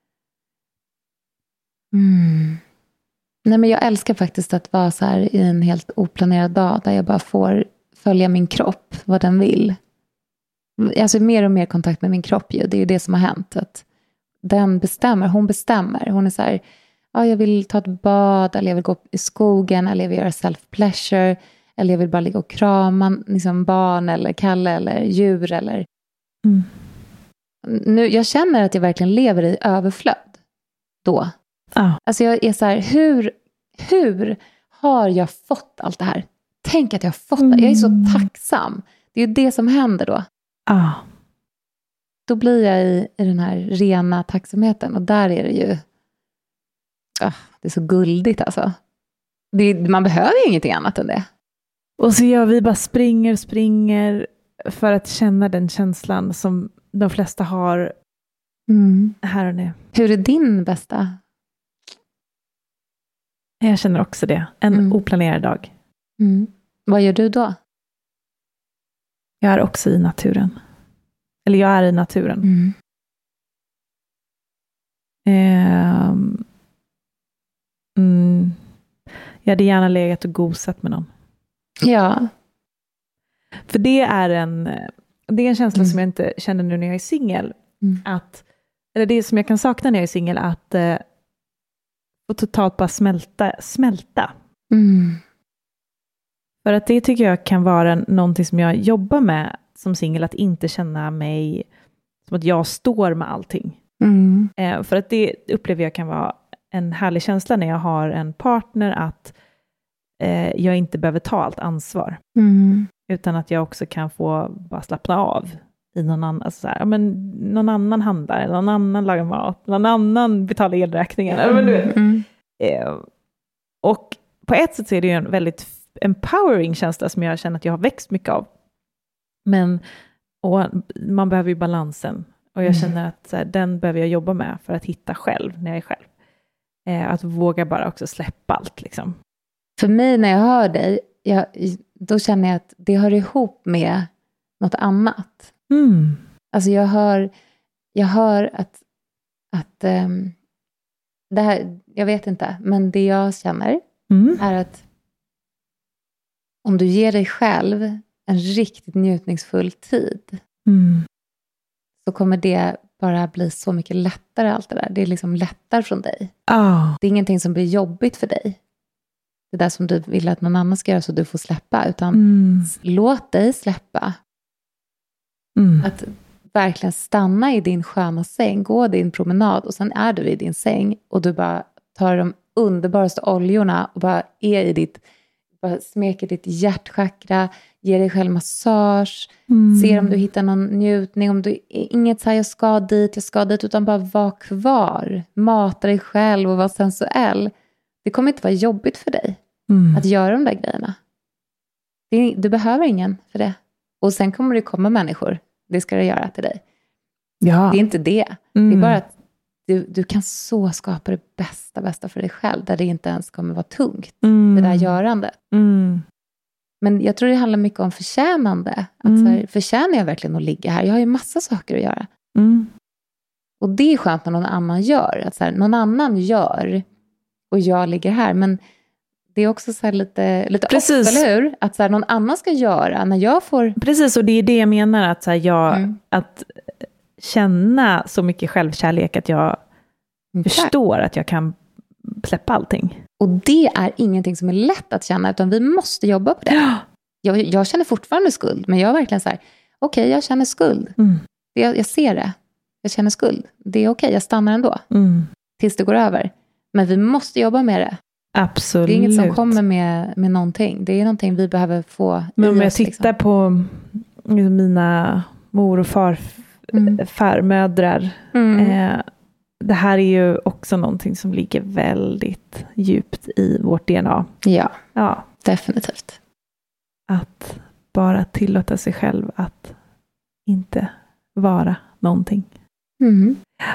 Mm. Nej, men jag älskar faktiskt att vara så här i en helt oplanerad dag där jag bara får följa min kropp, vad den vill. Alltså mer och mer kontakt med min kropp ju. Det är ju det som har hänt. Att den bestämmer, hon bestämmer. Hon är så här, ja, jag vill ta ett bad, eller jag vill gå i skogen, eller jag vill göra self-pleasure, eller jag vill bara ligga och krama liksom barn, eller Kalle, eller djur, eller... Mm. Nu, jag känner att jag verkligen lever i överflöd då. Ah. Alltså jag är så här, hur, hur har jag fått allt det här? Tänk att jag har fått det. Jag är så tacksam. Det är ju det som händer då. Ah. Då blir jag i, i den här rena tacksamheten. Och där är det ju... Ah, det är så guldigt alltså. Det, man behöver ju ingenting annat än det. Och så gör vi bara springer och springer för att känna den känslan som de flesta har mm. här och nu. Hur är din bästa? Jag känner också det. En mm. oplanerad dag. Mm. Vad gör du då? Jag är också i naturen. Eller jag är i naturen. Mm. Eh, mm, jag hade gärna legat och gosat med någon. Ja. För det är en, det är en känsla mm. som jag inte känner nu när jag är singel. Mm. Att, eller det som jag kan sakna när jag är singel. Att eh, få totalt bara smälta. smälta. Mm. För att det tycker jag kan vara någonting som jag jobbar med som singel. Att inte känna mig som att jag står med allting. Mm. Eh, för att det upplever jag kan vara en härlig känsla när jag har en partner. Att eh, jag inte behöver ta allt ansvar. Mm. Utan att jag också kan få bara slappna av i någon annan, alltså så här, ja, men någon annan handlar, eller någon annan lagar mat, någon annan betalar elräkningen. Mm. Men du vet. Mm. Eh, och på ett sätt så är det ju en väldigt empowering känsla som jag känner att jag har växt mycket av. Men och man behöver ju balansen. Och jag mm. känner att så här, den behöver jag jobba med för att hitta själv när jag är själv. Eh, att våga bara också släppa allt liksom. För mig när jag hör dig, jag, då känner jag att det hör ihop med något annat. Mm. Alltså jag hör, jag hör att, att um, det här, jag vet inte, men det jag känner mm. är att om du ger dig själv en riktigt njutningsfull tid mm. så kommer det bara bli så mycket lättare allt det där. Det är liksom lättare från dig. Oh. Det är ingenting som blir jobbigt för dig. Det där som du vill att någon annan ska göra så du får släppa. Utan mm. låt dig släppa. Mm. Att verkligen stanna i din sköna säng. Gå din promenad och sen är du i din säng. Och du bara tar de underbaraste oljorna och bara är i ditt... Bara smeker ditt hjärtchakra. Ger dig själv massage. Mm. Ser om du hittar någon njutning. Om du, inget så här, jag ska dit, jag ska dit. Utan bara var kvar. Mata dig själv och vara sensuell. Det kommer inte vara jobbigt för dig mm. att göra de där grejerna. Det, du behöver ingen för det. Och sen kommer det komma människor. Det ska det göra till dig. Ja. Det är inte det. Mm. Det är bara att du, du kan så skapa det bästa, bästa för dig själv. Där det inte ens kommer vara tungt. Mm. Det där görandet. Mm. Men jag tror det handlar mycket om förtjänande. Att mm. så här, förtjänar jag verkligen att ligga här? Jag har ju massa saker att göra. Mm. Och det är skönt när någon annan gör. Att så här, någon annan gör... Och jag ligger här. Men det är också så här lite, lite off, eller hur? Att så här, någon annan ska göra när jag får... Precis, och det är det jag menar. Att, så här, jag, mm. att känna så mycket självkärlek att jag mm. förstår att jag kan släppa allting. Och det är ingenting som är lätt att känna. Utan vi måste jobba på det. Ja. Jag, jag känner fortfarande skuld. Men jag är verkligen så här... Okej, okay, jag känner skuld. Mm. Jag, jag ser det. Jag känner skuld. Det är okej, okay, jag stannar ändå. Mm. Tills det går över. Men vi måste jobba med det. Absolut. Det är inget som kommer med, med någonting. Det är någonting vi behöver få. Men om jag oss, tittar liksom. på mina mor och far, mm. farmödrar. Mm. Eh, det här är ju också någonting som ligger väldigt djupt i vårt D N A. Ja, ja. Definitivt. Att bara tillåta sig själv att inte vara någonting. Mm.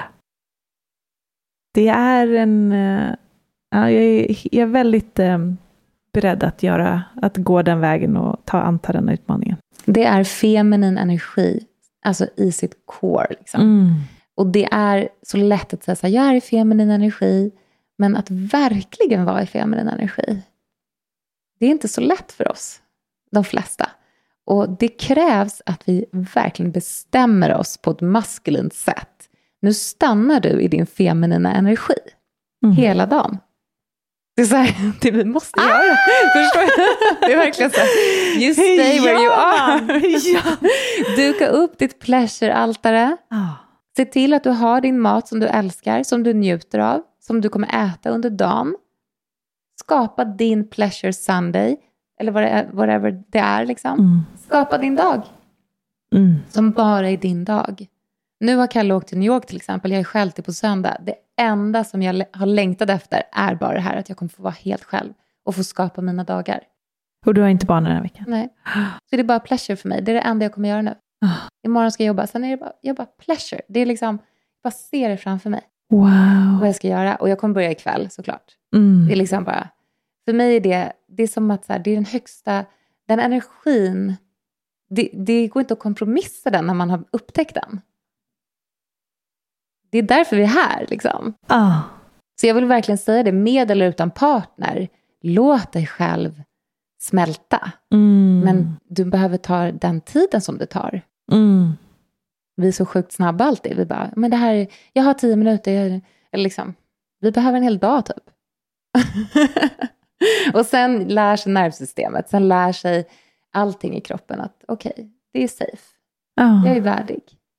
Det är en... Ja, jag, är, jag är väldigt eh, beredd att, göra, att gå den vägen och ta anta den utmaningen. Det är feminin energi. Alltså i sitt core. Liksom. Mm. Och det är så lätt att säga så här, jag är i feminin energi. Men att verkligen vara i feminin energi. Det är inte så lätt för oss. De flesta. Och det krävs att vi verkligen bestämmer oss på ett maskulint sätt. Nu stannar du i din feminina energi mm. hela dagen. Det är så här, det vi måste ah! göra. Förstår du? Det är verkligen så här, you stay where you are. Ja. Duka upp ditt pleasure-altare. Ah. Se till att du har din mat som du älskar, som du njuter av, som du kommer äta under dagen. Skapa din pleasure Sunday, eller whatever det är liksom. Mm. Skapa din dag. Mm. Som bara är din dag. Nu har Kalle åkt till New York till exempel. Jag är själv till på söndag. Det enda som jag har längtat efter är bara det här att jag kommer få vara helt själv och få skapa mina dagar. Och du har inte barn den här veckan? Nej. Så det är bara pleasure för mig. Det är det enda jag kommer göra nu. Oh. Imorgon ska jag jobba. Sen är det bara, jag bara pleasure. Det är liksom, jag bara ser det framför mig. Wow. Vad jag ska göra. Och jag kommer börja ikväll såklart. Mm. Det är liksom bara, för mig är det, det är som att så här, det är den högsta, den energin, det, det går inte att kompromissa den när man har upptäckt den. Det är därför vi är här liksom. Ah. Så jag vill verkligen säga det, med eller utan partner, låt dig själv smälta. Mm. Men du behöver ta den tiden som det tar. Mm. Vi är så sjukt snabba alltid. Vi bara, men det här, jag har tio minuter. Jag, eller liksom, vi behöver en hel dag typ. Och sen lär sig nervsystemet. Sen lär sig allting i kroppen att okej, okay, det är safe. Oh. Jag är värdig.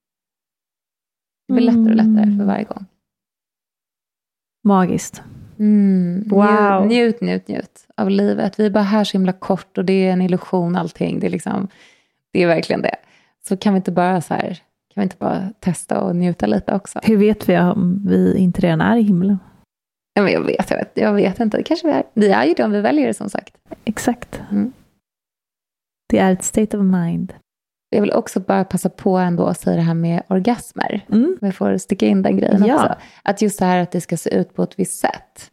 Det blir lättare och lättare för varje gång. Magiskt. Mm. Wow. Njut, njut, njut av livet. Vi är bara här så himla kort och det är en illusion allting. Det är liksom, det är verkligen det. Så kan vi inte bara så här, kan vi inte bara testa och njuta lite också? Hur vet vi om vi inte redan är i himlen? Ja, men jag vet, jag vet, jag vet inte. Det kanske vi är. Vi är ju det om vi väljer det som sagt. Exakt. Mm. Det är ett state of mind. Jag vill också bara passa på ändå att säga det här med orgasmer. Mm. Vi får sticka in den grejen ja. också. Att just det här att det ska se ut på ett visst sätt.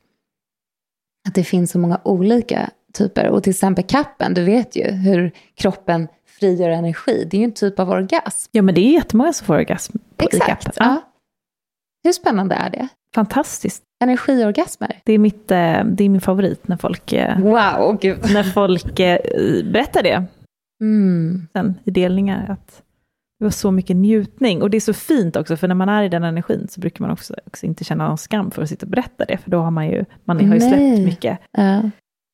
Att det finns så många olika typer. Och till exempel kappen, du vet ju hur kroppen frigör energi. Det är ju en typ av orgasm. Ja, men det är jättemånga som får orgasm på Exakt, i kappen. Ja. Hur spännande är det? Fantastiskt. Energiorgasmer. Det är, mitt, det är min favorit när folk, wow, gud. när folk berättar det. Mm. Sen i delningar att det var så mycket njutning. Och det är så fint också, för när man är i den energin så brukar man också, också inte känna någon skam för att sitta och berätta det. För då har man ju, man har ju släppt Nej. mycket. Ja.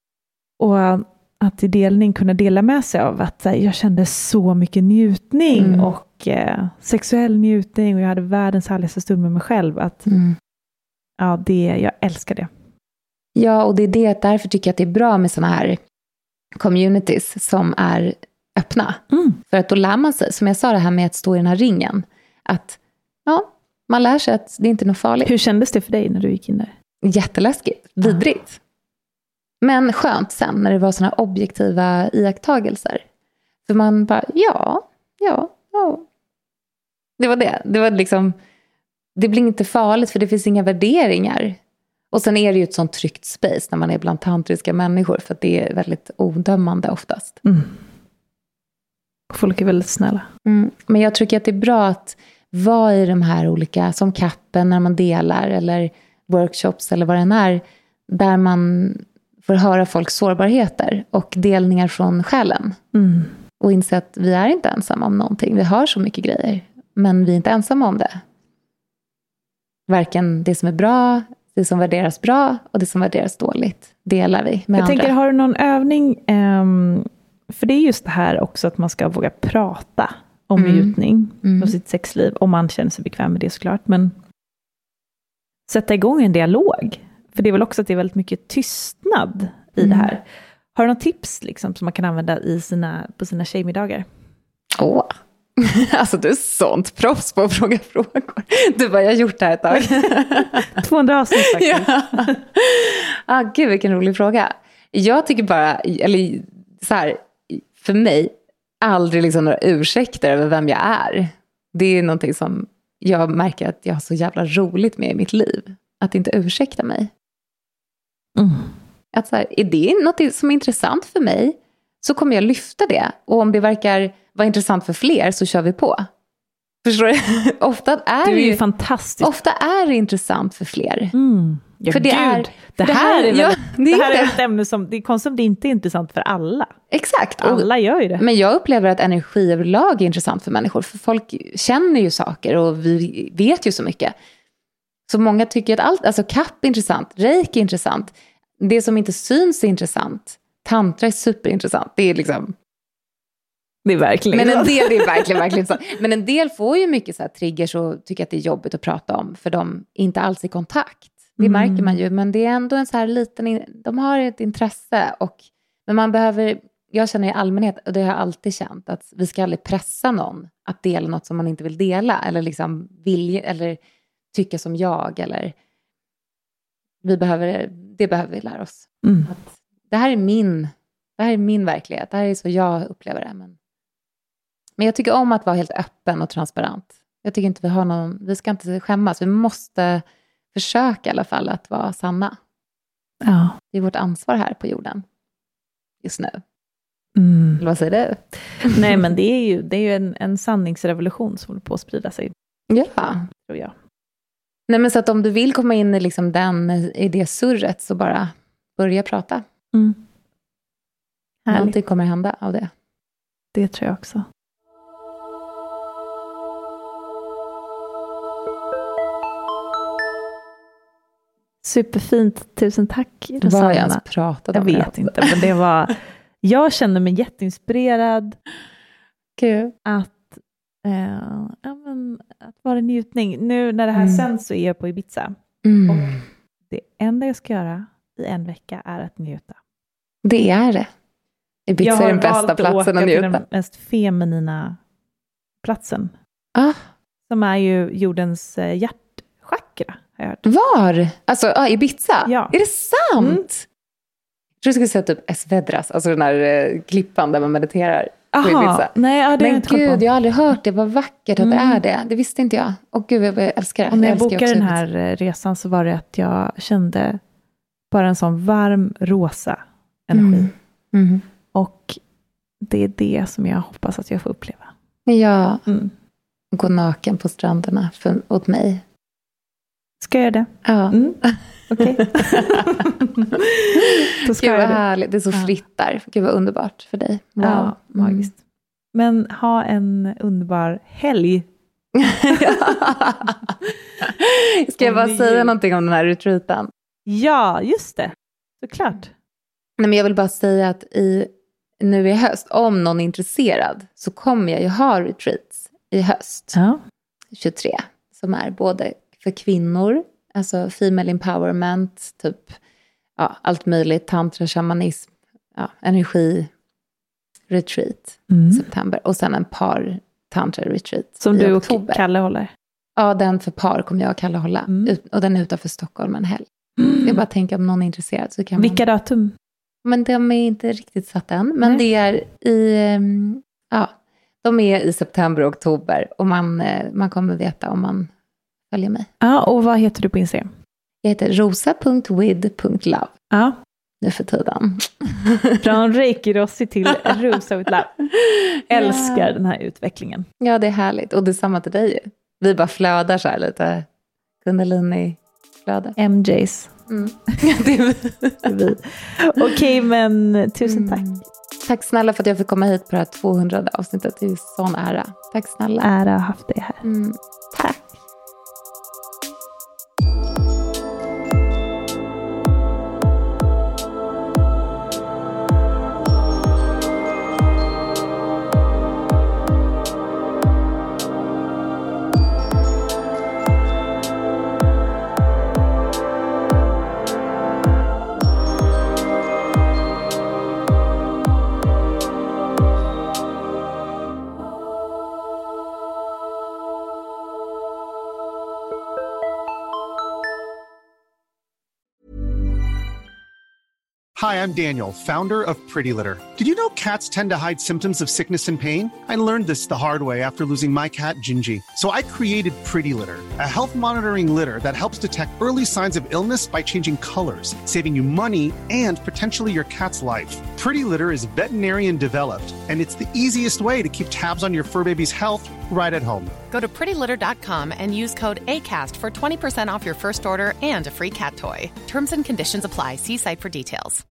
Och att i delning kunna dela med sig av att jag kände så mycket njutning mm. och eh, sexuell njutning, och jag hade världens härligaste stund med mig själv. Att, mm. ja, det, jag älskar det. Ja, och det är det, därför tycker jag att det är bra med såna här communities som är öppna. Mm. För att då lär man sig, som jag sa det här med att stå i den här ringen, att ja, man lär sig att det inte är något farligt. Hur kändes det för dig när du gick in där? Jätteläskigt, vidrigt. Men skönt sen när det var såna objektiva iakttagelser. För man bara, ja, ja, ja. Det var det. Det var liksom, det blir inte farligt för det finns inga värderingar. Och sen är det ju ett sånt tryggt space när man är bland tantriska människor, för att det är väldigt odömande oftast. Mm. Folk är väldigt snälla. Mm. Men jag tycker att det är bra att vara i de här olika, som kappen när man delar, eller workshops eller vad det än är, där man får höra folks sårbarheter och delningar från själen. Mm. Och inse att vi är inte ensamma om någonting. Vi har så mycket grejer, men vi är inte ensamma om det. Varken det som är bra, det som värderas bra och det som värderas dåligt delar vi med jag andra. Tänker, har du någon övning? Um, för det är just det här också att man ska våga prata om mm. njutning mm. och sitt sexliv. Om man känner sig bekväm med det såklart. Men sätta igång en dialog. För det är väl också att det är väldigt mycket tystnad i mm. det här. Har du någon tips liksom, som man kan använda i sina, på sina tjejmiddagar? Åh, alltså du är sånt proffs på att fråga frågor. Du bara, jag har gjort det här ett tag. tvåhundra avsnitt faktiskt. Ja. Ah, gud, vilken rolig fråga. Jag tycker bara, eller så här, för mig, aldrig liksom några ursäkter över vem jag är. Det är någonting som jag märker att jag har så jävla roligt med i mitt liv. Att inte ursäkta mig. Mm. Att så här, är det något som är intressant för mig, så kommer jag lyfta det. Och om det verkar vara intressant för fler, så kör vi på. Förstår du? Ofta är Du är ju ju fantastisk. Ofta är det intressant för fler. Mm. Ja, för det gud. är, det, det här är väl, ja, det, det är här det. är ett ämne som, det är konstigt om det inte är intressant för alla. Exakt. Alla gör ju det. Men jag upplever att energi överlag är intressant för människor. För folk känner ju saker och vi vet ju så mycket. Så många tycker att allt, alltså kapp är intressant, reiki är intressant. Det som inte syns är intressant. Tantra är superintressant. Det är liksom... Det är verkligen Men en så. del, det är verkligen, verkligen så. Men en del får ju mycket så här triggers och tycker att det är jobbigt att prata om. För de är inte alls i kontakt. Det Mm. märker man ju. Men det är ändå en så här liten... De har ett intresse. Och, men man behöver... Jag känner i allmänhet, och det har jag alltid känt, att vi ska aldrig pressa någon att dela något som man inte vill dela. Eller liksom vilja, eller tycka som jag. Eller vi behöver... Det behöver vi lära oss. Mm. Att det här är min... Det här är min verklighet. Det här är så jag upplever det. Men... Men jag tycker om att vara helt öppen och transparent. Jag tycker inte vi har någon... Vi ska inte skämmas. Vi måste försöka i alla fall att vara sanna. Ja. Det är vårt ansvar här på jorden. Just nu. Mm. Eller vad säger du? Nej, men det är ju, det är ju en, en sanningsrevolution som håller på att sprida sig, Ja. tror jag. Nej, men så att om du vill komma in i, liksom den, i det surret så bara börja prata. Mm. Härligt. Någonting kommer hända av det. Det tror jag också. Superfint. Tusen tack, Vad har jag ens Rosanna. pratat Jag om? vet inte, men det var... Jag kände mig jätteinspirerad Kul. att, eh, ja, men, att vara i njutning. Nu när det här Mm. sänds så är jag på Ibiza. Mm. Och det enda jag ska göra i en vecka är att njuta. Det är det. Ibiza är den bästa platsen att åka till njuta. den mest feminina platsen. Ah. Som är ju jordens eh, hjärtchakra, har jag hört. Var? Alltså, ah, Ibiza? Ja. Är det sant? Mm. Jag tror du skulle säga typ Esvedras, alltså den här eh, klippan där man mediterar på Aha, Ibiza. nej, ja, det har jag Men inte koll gud, på. jag har aldrig hört det. Vad vackert att Mm. det är det. Det visste inte jag. Och gud, jag älskar det. Och när jag, älskar bokade också den Ibiza. här eh, resan så var det att jag kände bara en sån varm rosa energi. Mm. Mm. Och det är det som jag hoppas att jag får uppleva. Ja, Mm. gå naken på stränderna för, åt mig. Ska jag göra det? Ja. Mm. Okej. Då ska Gud vad jag det. härligt. Det är så Ja. fritt där. Gud vad underbart för dig. Wow. Ja, magiskt. Men ha en underbar helg. Ska jag bara Om ni- säga någonting om den här retreaten? Ja, just det. Såklart. Nej, men jag vill bara säga att i, nu i höst, om någon är intresserad, så kommer jag ju ha retreats i höst. Ja. tjugotre. Som är både för kvinnor, alltså female empowerment, typ ja, allt möjligt, tantra, shamanism, ja, energi, retreat, Mm. september. Och sen en par tantra retreat Som i du och oktober. Kalle håller. Ja, den för par kommer jag och Kalle hålla. Mm. Ut, och den är utanför Stockholm en helg. Jag bara tänker om någon är intresserad så kan Vilka man... datum? Men de är inte riktigt satt än. Men Nej. det är i... um, Ja, de är i september och oktober. Och man, eh, man kommer veta om man följer mig. Ja, och vad heter du på Instagram? Jag heter rosa punkt with punkt love Ja, nu för tiden. från Reiki Rossi till Rosa with Love. Älskar den här utvecklingen. Ja, det är härligt. Och det är samma till dig ju. Vi bara flödar så här lite. Kundalini-flöde. M Js. Mm. Det är vi. Vi. Okej, men tusen tack. Mm. Tack snälla för att jag fick komma hit på det här tvåhundrade avsnittet. Det är ju sån ära. Tack snälla. Ära att ha haft dig här. Mm. Tack. Hi, I'm Daniel, founder of Pretty Litter. Did you know cats tend to hide symptoms of sickness and pain? I learned this the hard way after losing my cat, Gingy. So I created Pretty Litter, a health monitoring litter that helps detect early signs of illness by changing colors, saving you money and potentially your cat's life. Pretty Litter is veterinarian developed, and it's the easiest way to keep tabs on your fur baby's health right at home. Go to pretty litter dot com and use code ACAST for twenty percent off your first order and a free cat toy. Terms and conditions apply. See site for details.